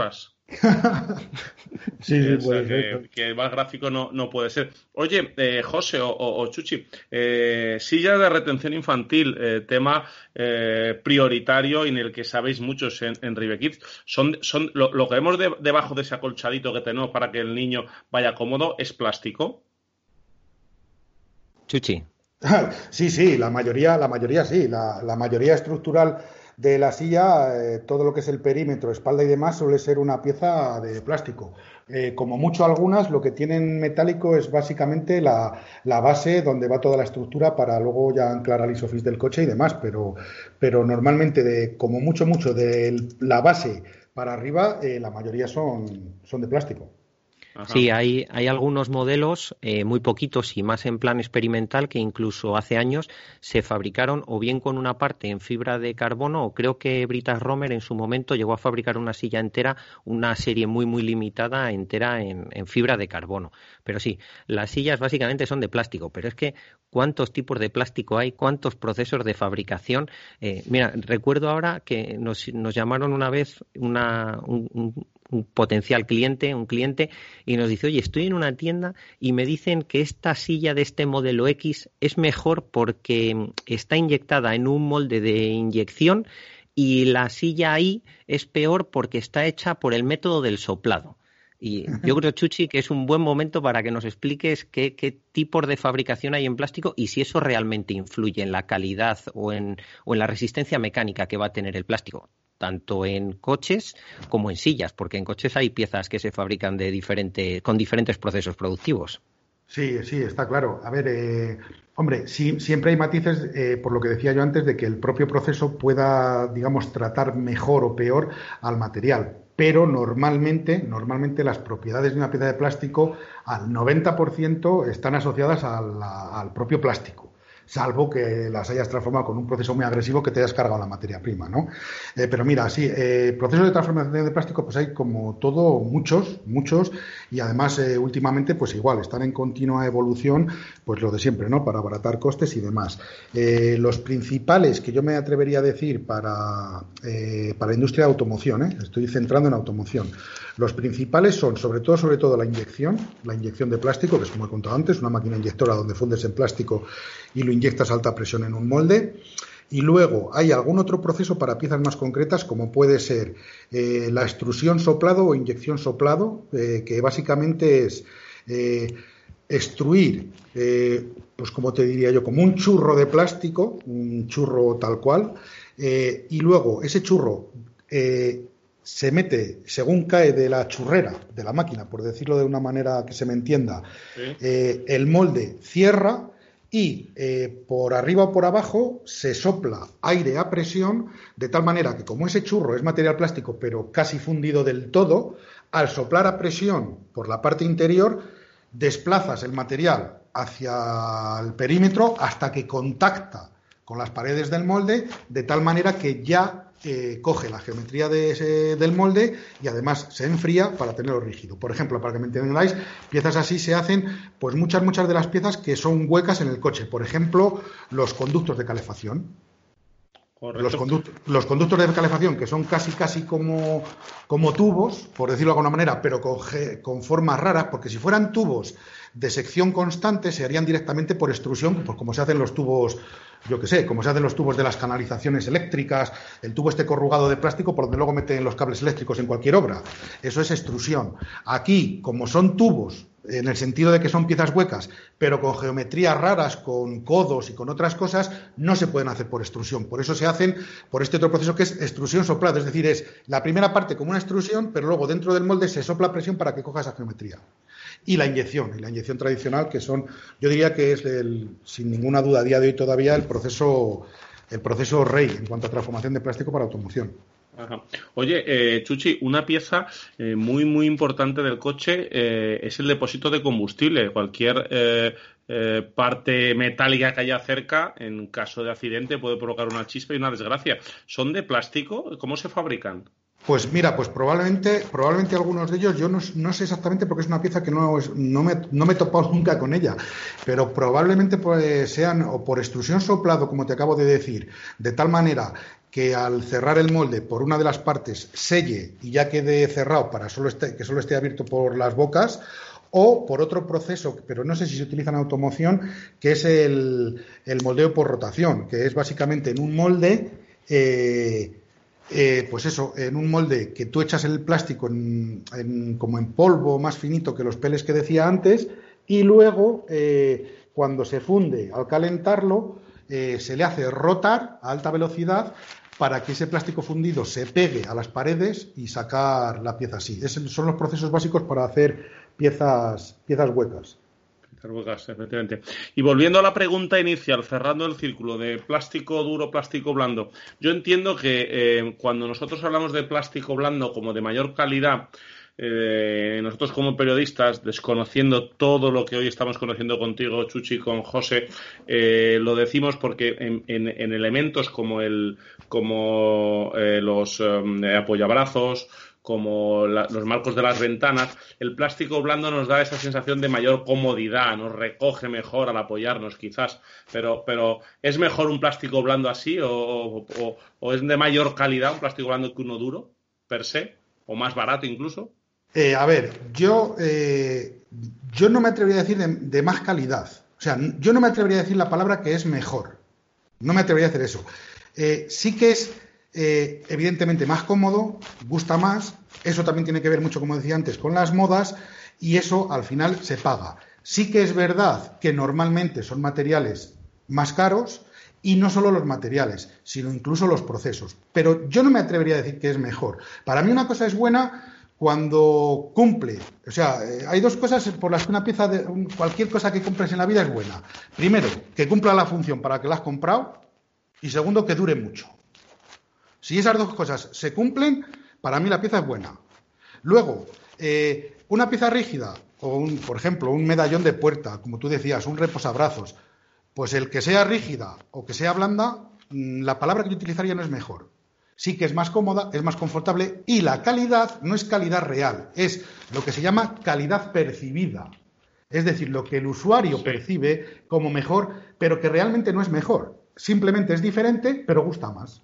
Sí, sí, o sea, puede que, ser. que más gráfico no, no puede ser. Oye, eh, José o, o, o Chuchi, eh, sillas de retención infantil, eh, tema eh, prioritario y en el que sabéis muchos en, en Ribe Kids. Son, son, lo, lo que vemos de, debajo de ese acolchadito que tenemos para que el niño vaya cómodo, ¿es plástico? Chuchi. Sí, sí, la mayoría, la mayoría sí. La, la mayoría estructural de la silla, eh, todo lo que es el perímetro, espalda y demás, suele ser una pieza de plástico. Eh, como mucho algunas, lo que tienen metálico es básicamente la, la base donde va toda la estructura para luego ya anclar al isofix del coche y demás, pero, pero normalmente, de, como mucho, mucho, de la base para arriba, eh, la mayoría son, son de plástico. Ajá. Sí, hay, hay algunos modelos, eh, muy poquitos y más en plan experimental, que incluso hace años se fabricaron o bien con una parte en fibra de carbono, o creo que Britas Romer en su momento llegó a fabricar una silla entera, una serie muy muy limitada entera en, en fibra de carbono. Pero sí, las sillas básicamente son de plástico, pero es que ¿cuántos tipos de plástico hay? ¿Cuántos procesos de fabricación? Eh, mira, recuerdo ahora que nos, nos llamaron una vez una, un, un un potencial cliente, un cliente, y nos dice, oye, estoy en una tienda y me dicen que esta silla de este modelo X es mejor porque está inyectada en un molde de inyección y la silla Y es peor porque está hecha por el método del soplado. Y yo creo, Chuchi, que es un buen momento para que nos expliques qué, qué tipos de fabricación hay en plástico y si eso realmente influye en la calidad o en, o en la resistencia mecánica que va a tener el plástico, tanto en coches como en sillas, porque en coches hay piezas que se fabrican de diferente, con diferentes procesos productivos. Sí, sí, está claro. A ver, eh, hombre, sí, siempre hay matices, eh, por lo que decía yo antes, de que el propio proceso pueda, digamos, tratar mejor o peor al material. Pero normalmente, normalmente las propiedades de una pieza de plástico al noventa por ciento están asociadas al, al propio plástico, salvo que las hayas transformado con un proceso muy agresivo que te hayas cargado la materia prima, ¿no? Eh, pero mira, sí, eh, procesos de transformación de plástico, pues hay como todo, muchos, muchos, y además eh, últimamente, pues igual, están en continua evolución, pues lo de siempre, ¿no? Para abaratar costes y demás. Eh, los principales que yo me atrevería a decir para, eh, para la industria de automoción, ¿eh? Estoy centrando en automoción. Los principales son, sobre todo, sobre todo la inyección, la inyección de plástico, que es como he contado antes, una máquina inyectora donde fundes en plástico y lo inyectas a alta presión en un molde. Y luego hay algún otro proceso para piezas más concretas, como puede ser eh, la extrusión soplado o inyección soplado, eh, que básicamente es eh, extruir, eh, pues como te diría yo, como un churro de plástico, un churro tal cual, eh, y luego ese churro eh, se mete, según cae de la churrera, de la máquina, por decirlo de una manera que se me entienda, ¿sí? eh, el molde cierra y eh, por arriba o por abajo se sopla aire a presión, de tal manera que como ese churro es material plástico pero casi fundido del todo, al soplar a presión por la parte interior, desplazas el material hacia el perímetro hasta que contacta con las paredes del molde, de tal manera que ya Eh, coge la geometría de ese, del molde y además se enfría para tenerlo rígido. Por ejemplo, para que me entendáis, piezas así se hacen, pues muchas, muchas de las piezas que son huecas en el coche. Por ejemplo, los conductos de calefacción. Los, conduct los conductos de calefacción, que son casi, casi como, como tubos, por decirlo de alguna manera, pero con, con formas raras, porque si fueran tubos de sección constante, se harían directamente por extrusión, pues como se hacen los tubos, yo qué sé, como se hacen los tubos de las canalizaciones eléctricas, el tubo este corrugado de plástico por donde luego meten los cables eléctricos en cualquier obra. Eso es extrusión. Aquí, como son tubos, en el sentido de que son piezas huecas, pero con geometrías raras, con codos y con otras cosas, no se pueden hacer por extrusión. Por eso se hacen por este otro proceso que es extrusión soplado. Es decir, es la primera parte como una extrusión, pero luego dentro del molde se sopla presión para que coja esa geometría. Y la inyección, y la inyección tradicional, que son, yo diría que es, el, sin ninguna duda, a día de hoy todavía el proceso, el proceso rey en cuanto a transformación de plástico para automoción. Ajá. Oye, eh, Chuchi, una pieza eh, muy, muy importante del coche eh, es el depósito de combustible. Cualquier eh, eh, parte metálica que haya cerca, en caso de accidente, puede provocar una chispa y una desgracia. ¿Son de plástico? ¿Cómo se fabrican? Pues mira, pues probablemente, probablemente algunos de ellos, yo no, no sé exactamente porque es una pieza que no, no, me, no me he topado nunca con ella, pero probablemente pues sean o por extrusión soplado, como te acabo de decir, de tal manera que al cerrar el molde por una de las partes selle y ya quede cerrado para solo esté, que solo esté abierto por las bocas, o por otro proceso, pero no sé si se utiliza en automoción, que es el, el moldeo por rotación, que es básicamente en un molde, eh, eh, pues eso, en un molde que tú echas el plástico en, en, como en polvo más finito que los peles que decía antes, y luego eh, cuando se funde al calentarlo, eh, se le hace rotar a alta velocidad para que ese plástico fundido se pegue a las paredes y sacar la pieza así. Esos son los procesos básicos para hacer piezas, piezas huecas. Piezas huecas, efectivamente. Y volviendo a la pregunta inicial, cerrando el círculo de plástico duro, plástico blando, yo entiendo que eh, cuando nosotros hablamos de plástico blando como de mayor calidad, Eh, nosotros como periodistas, desconociendo todo lo que hoy estamos conociendo contigo, Chuchi, con José, eh, lo decimos porque en, en, en elementos como el como eh, los eh, apoyabrazos, como la, los marcos de las ventanas, el plástico blando nos da esa sensación de mayor comodidad, nos recoge mejor al apoyarnos quizás, pero pero ¿es mejor un plástico blando así o, o, o es de mayor calidad un plástico blando que uno duro, per se, o más barato incluso? Eh, a ver, yo, eh, yo no me atrevería a decir de, de más calidad. O sea, yo no me atrevería a decir la palabra que es mejor. No me atrevería a hacer eso. Eh, sí que es, eh, evidentemente, más cómodo, gusta más. Eso también tiene que ver mucho, como decía antes, con las modas y eso al final se paga. Sí que es verdad que normalmente son materiales más caros y no solo los materiales, sino incluso los procesos. Pero yo no me atrevería a decir que es mejor. Para mí una cosa es buena cuando cumple, o sea, eh, hay dos cosas por las que una pieza, de un, cualquier cosa que compres en la vida es buena. Primero, que cumpla la función para que la has comprado y segundo, que dure mucho. Si esas dos cosas se cumplen, para mí la pieza es buena. Luego, eh, una pieza rígida, o un, por ejemplo, un medallón de puerta, como tú decías, un reposabrazos, pues el que sea rígida o que sea blanda, la palabra que yo utilizaría no es mejor. Sí que es más cómoda, es más confortable y la calidad no es calidad real, es lo que se llama calidad percibida. Es decir, lo que el usuario sí. percibe como mejor, pero que realmente no es mejor. Simplemente es diferente, pero gusta más.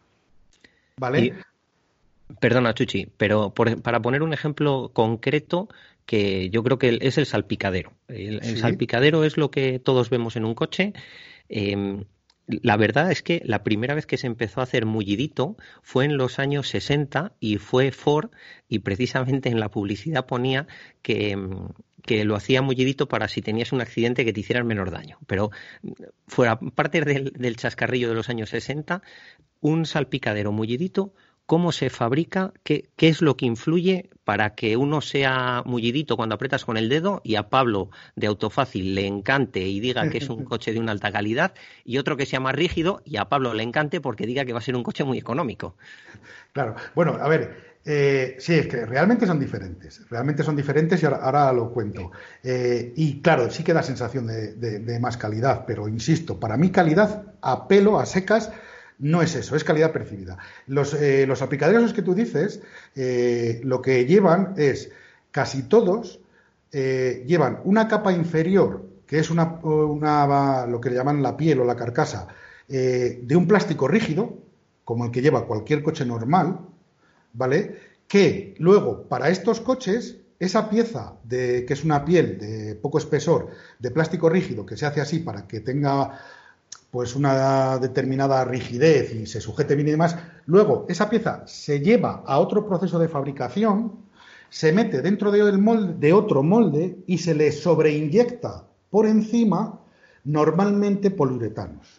¿Vale? Y, perdona, Chuchi, pero por, para poner un ejemplo concreto, que yo creo que es el salpicadero. El, el sí. salpicadero es lo que todos vemos en un coche. Eh, La verdad es que la primera vez que se empezó a hacer mullidito fue en los años sesenta y fue Ford, y precisamente en la publicidad ponía que, que lo hacía mullidito para si tenías un accidente que te hicieran menor daño. Pero fuera parte del, del chascarrillo de los años sesenta, un salpicadero mullidito, ¿cómo se fabrica? ¿Qué, qué es lo que influye para que uno sea mullidito cuando aprietas con el dedo y a Pablo de Autofácil le encante y diga que es un coche de una alta calidad, y otro que sea más rígido y a Pablo le encante porque diga que va a ser un coche muy económico? Claro, bueno, a ver, eh, sí, es que realmente son diferentes, realmente son diferentes y ahora, ahora lo cuento. Eh, y claro, sí que da sensación de, de, de más calidad, pero insisto, para mí calidad a pelo, a secas, no es eso, es calidad percibida. Los, eh, los salpicaderos que tú dices, eh, lo que llevan es, casi todos, eh, llevan una capa inferior, que es una, una, lo que le llaman la piel o la carcasa, eh, de un plástico rígido, como el que lleva cualquier coche normal, ¿vale? Que luego, para estos coches, esa pieza, de, que es una piel de poco espesor, de plástico rígido, que se hace así para que tenga pues una determinada rigidez y se sujete bien y demás, luego esa pieza se lleva a otro proceso de fabricación, se mete dentro de, el molde, de otro molde y se le sobreinyecta por encima normalmente poliuretanos.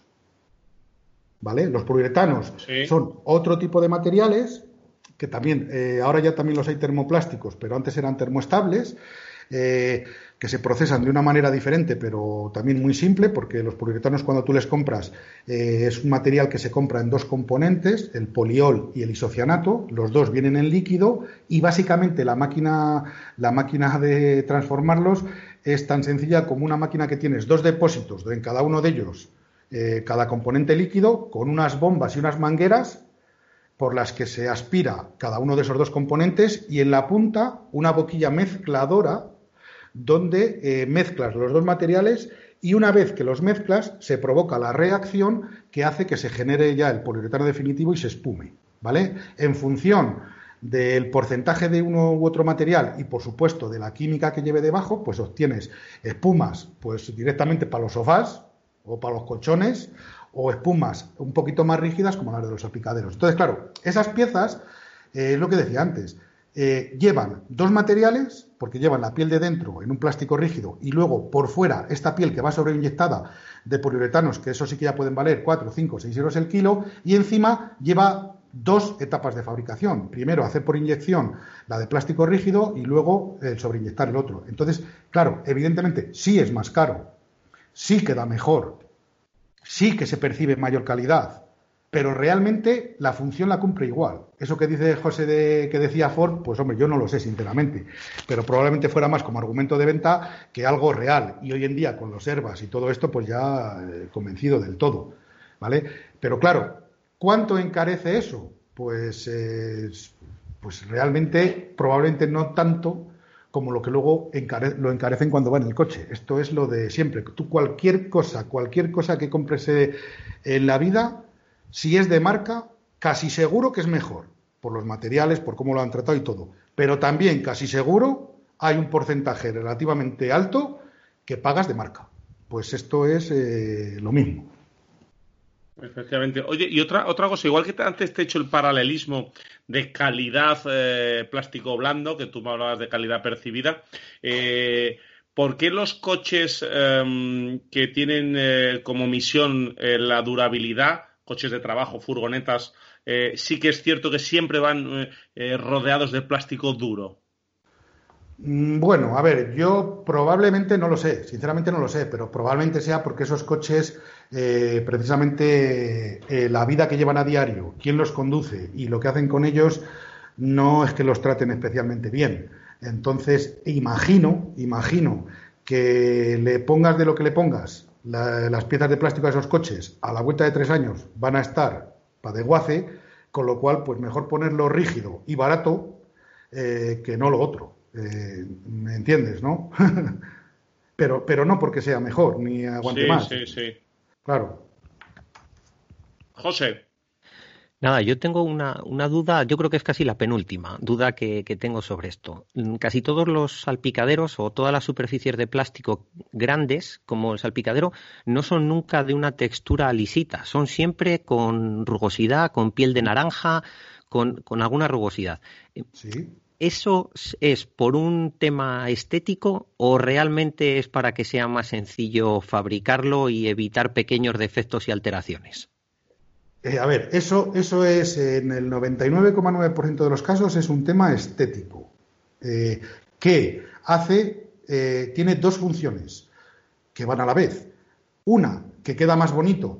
¿Vale? Los poliuretanos sí. son otro tipo de materiales que también, eh, ahora ya también los hay termoplásticos, pero antes eran termoestables, eh, que se procesan de una manera diferente, pero también muy simple, porque los poliuretanos cuando tú les compras eh, es un material que se compra en dos componentes, el poliol y el isocianato, los dos vienen en líquido y básicamente la máquina, la máquina de transformarlos es tan sencilla como una máquina que tienes dos depósitos, en cada uno de ellos, eh, cada componente líquido, con unas bombas y unas mangueras por las que se aspira cada uno de esos dos componentes y en la punta una boquilla mezcladora donde eh, mezclas los dos materiales y una vez que los mezclas se provoca la reacción que hace que se genere ya el poliuretano definitivo y se espume, ¿vale? En función del porcentaje de uno u otro material y, por supuesto, de la química que lleve debajo, pues obtienes espumas pues directamente para los sofás o para los colchones, o espumas un poquito más rígidas como las de los salpicaderos. Entonces, claro, esas piezas, eh, es lo que decía antes, eh, llevan dos materiales, porque llevan la piel de dentro en un plástico rígido y luego por fuera esta piel que va sobreinyectada de poliuretanos, que eso sí que ya pueden valer cuatro, cinco, seis euros el kilo, y encima lleva dos etapas de fabricación. Primero hacer por inyección la de plástico rígido y luego el sobreinyectar el otro. Entonces, claro, evidentemente sí es más caro, sí queda mejor, sí que se percibe mayor calidad, pero realmente la función la cumple igual. Eso que dice José de, que decía Ford, pues hombre, yo no lo sé sinceramente, pero probablemente fuera más como argumento de venta que algo real. Y hoy en día con los Airbus y todo esto, pues ya eh, convencido del todo, ¿vale? Pero claro, ¿cuánto encarece eso? Pues, eh, pues realmente probablemente no tanto como lo que luego encare- lo encarecen cuando va en el coche. Esto es lo de siempre. Tú cualquier cosa, cualquier cosa que compres eh, en la vida, si es de marca, casi seguro que es mejor, por los materiales, por cómo lo han tratado y todo. Pero también casi seguro hay un porcentaje relativamente alto que pagas de marca. Pues esto es eh, lo mismo. Efectivamente. Oye, y otra otra cosa, igual que antes te he hecho el paralelismo de calidad eh, plástico blando, que tú me hablabas de calidad percibida, eh, ¿por qué los coches eh, que tienen eh, como misión eh, la durabilidad, coches de trabajo, furgonetas, eh, sí que es cierto que siempre van eh, rodeados de plástico duro? Bueno, a ver, yo probablemente no lo sé, sinceramente no lo sé, pero probablemente sea porque esos coches, eh, precisamente eh, la vida que llevan a diario, quién los conduce y lo que hacen con ellos, no es que los traten especialmente bien. Entonces, imagino, imagino que le pongas de lo que le pongas la, las piezas de plástico a esos coches, a la vuelta de tres años van a estar para desguace, con lo cual, pues mejor ponerlo rígido y barato eh, que no lo otro. Eh, ¿Me entiendes, no? pero, pero no porque sea mejor, ni aguante sí, más. Sí, sí, Claro. José. Nada, yo tengo una, una duda, yo creo que es casi la penúltima duda que, que tengo sobre esto. Casi todos los salpicaderos o todas las superficies de plástico grandes, como el salpicadero, no son nunca de una textura lisita, son siempre con rugosidad, con piel de naranja, con, con alguna rugosidad. Sí. ¿Eso es por un tema estético o realmente es para que sea más sencillo fabricarlo y evitar pequeños defectos y alteraciones? Eh, a ver, eso, eso es, en el noventa y nueve coma nueve por ciento de los casos, es un tema estético, eh, que hace, eh, tiene dos funciones que van a la vez. Una, que queda más bonito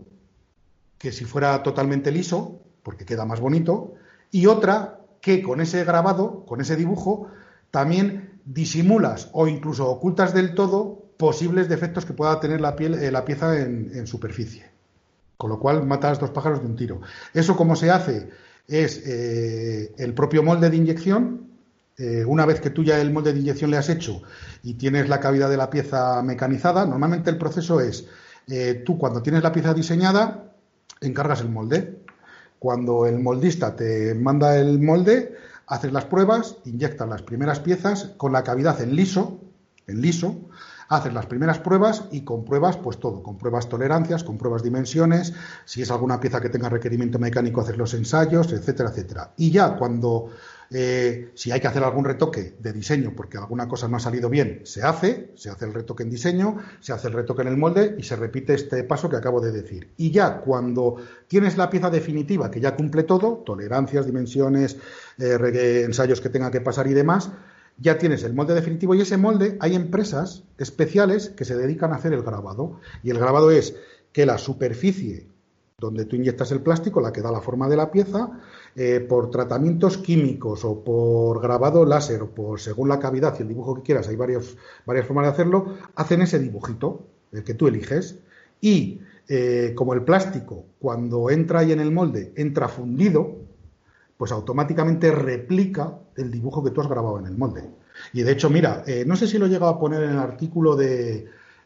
que si fuera totalmente liso, porque queda más bonito, y otra, que con ese grabado, con ese dibujo, también disimulas o incluso ocultas del todo posibles defectos que pueda tener la piel, eh, la pieza en, en superficie. Con lo cual matas dos pájaros de un tiro. Eso como se hace es eh, el propio molde de inyección. Eh, una vez que tú ya el molde de inyección le has hecho y tienes la cavidad de la pieza mecanizada, normalmente el proceso es, eh, tú cuando tienes la pieza diseñada, encargas el molde. Cuando el moldista te manda el molde, haces las pruebas, inyectas las primeras piezas con la cavidad en liso, en liso, haces las primeras pruebas y compruebas pues todo, compruebas tolerancias, compruebas dimensiones, si es alguna pieza que tenga requerimiento mecánico haces los ensayos, etcétera, etcétera. Y ya cuando, eh, si hay que hacer algún retoque de diseño porque alguna cosa no ha salido bien, se hace, se hace el retoque en diseño, se hace el retoque en el molde y se repite este paso que acabo de decir. Y ya cuando tienes la pieza definitiva que ya cumple todo, tolerancias, dimensiones, eh, ensayos que tenga que pasar y demás, ya tienes el molde definitivo y ese molde hay empresas especiales que se dedican a hacer el grabado. Y el grabado es que la superficie donde tú inyectas el plástico, la que da la forma de la pieza, eh, por tratamientos químicos o por grabado láser o por según la cavidad y el dibujo que quieras, hay varios, varias formas de hacerlo, hacen ese dibujito, el que tú eliges, y eh, como el plástico cuando entra ahí en el molde entra fundido, pues automáticamente replica el dibujo que tú has grabado en el molde. Y de hecho, mira, eh, no sé si lo he llegado a poner en el artículo de,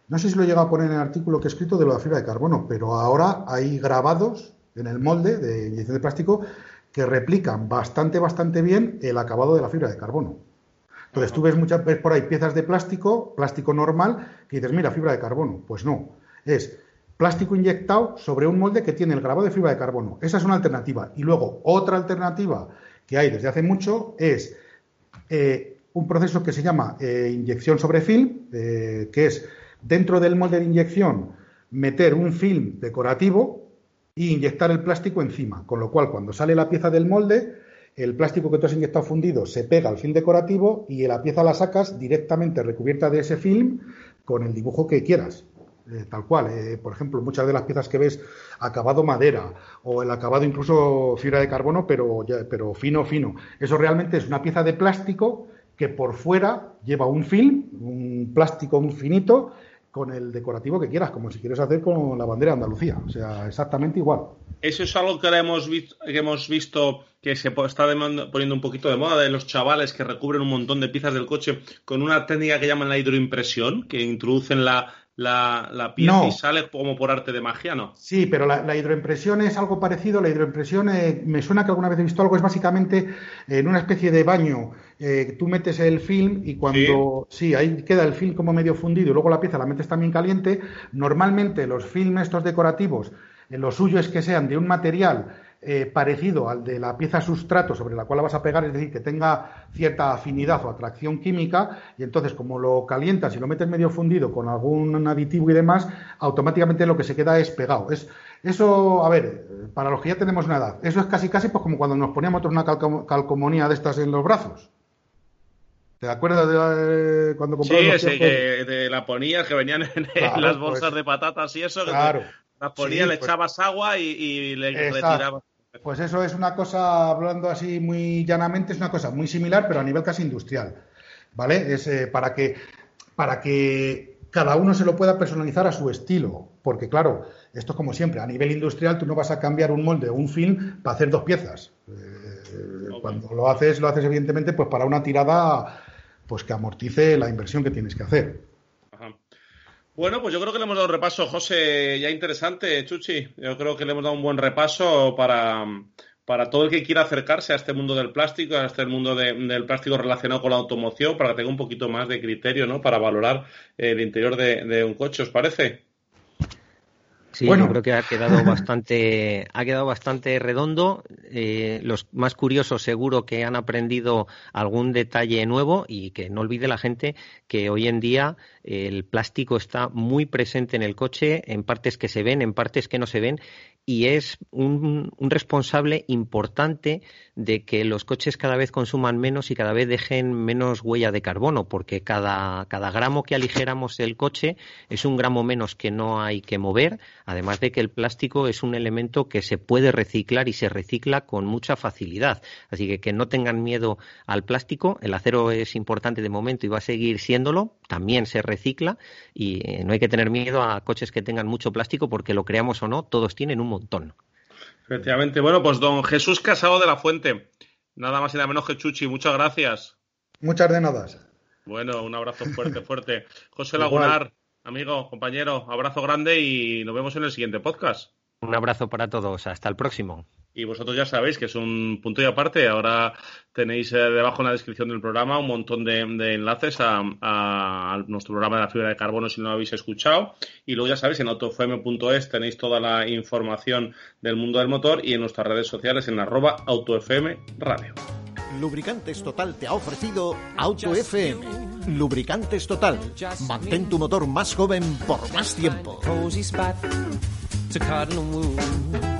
no sé si lo he llegado a poner en el artículo que he escrito de lo de la fibra de carbono, pero ahora hay grabados en el molde de inyección de plástico que replican bastante, bastante bien el acabado de la fibra de carbono. Entonces tú ves muchas veces por ahí piezas de plástico, plástico normal, que dices, mira, fibra de carbono. Pues no, es plástico inyectado sobre un molde que tiene el grabado de fibra de carbono. Esa es una alternativa. Y luego otra alternativa que hay desde hace mucho es eh, un proceso que se llama eh, inyección sobre film, eh, que es dentro del molde de inyección meter un film decorativo e inyectar el plástico encima. Con lo cual, cuando sale la pieza del molde, el plástico que tú has inyectado fundido se pega al film decorativo y la pieza la sacas directamente recubierta de ese film con el dibujo que quieras. Eh, tal cual. Eh, por ejemplo, muchas de las piezas que ves acabado madera o el acabado incluso fibra de carbono, pero, ya, pero fino, fino. Eso realmente es una pieza de plástico que por fuera lleva un film, un plástico muy finito, con el decorativo que quieras, como si quieres hacer con la bandera de Andalucía. O sea, exactamente igual. Eso es algo que hemos visto que, hemos visto que se está poniendo un poquito de moda, de los chavales que recubren un montón de piezas del coche con una técnica que llaman la hidroimpresión, que introducen la, la, la pieza no. y sale como por arte de magia, ¿no? Sí, pero la, la hidroimpresión es algo parecido. La hidroimpresión, eh, me suena que alguna vez he visto algo, es básicamente eh, en una especie de baño. Eh, tú metes el film y cuando... Sí. sí, ahí queda el film como medio fundido y luego la pieza la metes también caliente. Normalmente los films estos decorativos, eh, lo suyo es que sean de un material eh, parecido al de la pieza sustrato sobre la cual la vas a pegar, es decir, que tenga cierta afinidad o atracción química, y entonces como lo calientas y lo metes medio fundido con algún aditivo y demás, automáticamente lo que se queda es pegado. Es... Eso, a ver, para los que ya tenemos una edad, eso es casi casi pues como cuando nos poníamos una calcom- calcomanía de estas en los brazos. ¿Te acuerdas de la, cuando comprabas sí, los ese que te la ponías, que venían en, claro, en las bolsas pues, de patatas y eso? Claro. Que te las ponías, sí, le pues, echabas agua y, y le exacto. retirabas. Pues eso es una cosa, hablando así muy llanamente, es una cosa muy similar, pero a nivel casi industrial, ¿vale? Es eh, para que para que cada uno se lo pueda personalizar a su estilo, porque claro, esto es como siempre, a nivel industrial tú no vas a cambiar un molde o un film para hacer dos piezas. Eh, okay. Cuando lo haces, lo haces evidentemente pues para una tirada pues que amortice la inversión que tienes que hacer. Ajá. Bueno, pues yo creo que le hemos dado un repaso, José, ya interesante, Chuchi. Yo creo que le hemos dado un buen repaso para, para todo el que quiera acercarse a este mundo del plástico, a este mundo de, del plástico relacionado con la automoción, para que tenga un poquito más de criterio, ¿no? Para valorar el interior de, de un coche, ¿os parece? Sí, bueno. Yo creo que ha quedado bastante, ha quedado bastante redondo. Eh, los más curiosos seguro que han aprendido algún detalle nuevo, y que no olvide la gente que hoy en día el plástico está muy presente en el coche, en partes que se ven, en partes que no se ven, y es un, un responsable importante de que los coches cada vez consuman menos y cada vez dejen menos huella de carbono, porque cada, cada gramo que aligeramos el coche es un gramo menos que no hay que mover, además de que el plástico es un elemento que se puede reciclar y se recicla con mucha facilidad. Así que que no tengan miedo al plástico. El acero es importante de momento y va a seguir siéndolo, también se recicla, y eh, no hay que tener miedo a coches que tengan mucho plástico, porque lo creamos o no, todos tienen un montón. Efectivamente. Bueno, pues don Jesús Casado de la Fuente, nada más y nada menos que Chuchi, muchas gracias. Muchas de nada. Bueno, un abrazo fuerte, fuerte. José Lagunar, amigo, compañero, abrazo grande y nos vemos en el siguiente podcast. Un abrazo para todos, hasta el próximo. Y vosotros ya sabéis que es un punto y aparte. Ahora tenéis eh, debajo en la descripción del programa un montón de, de enlaces a, a, a nuestro programa de la fibra de carbono si no lo habéis escuchado. Y luego ya sabéis, en autofm punto es tenéis toda la información del mundo del motor, y en nuestras redes sociales en arroba autofm radio. Lubricantes Total te ha ofrecido Auto F M. Lubricantes Total. Mantén tu motor más joven por más tiempo. To cardinal moon.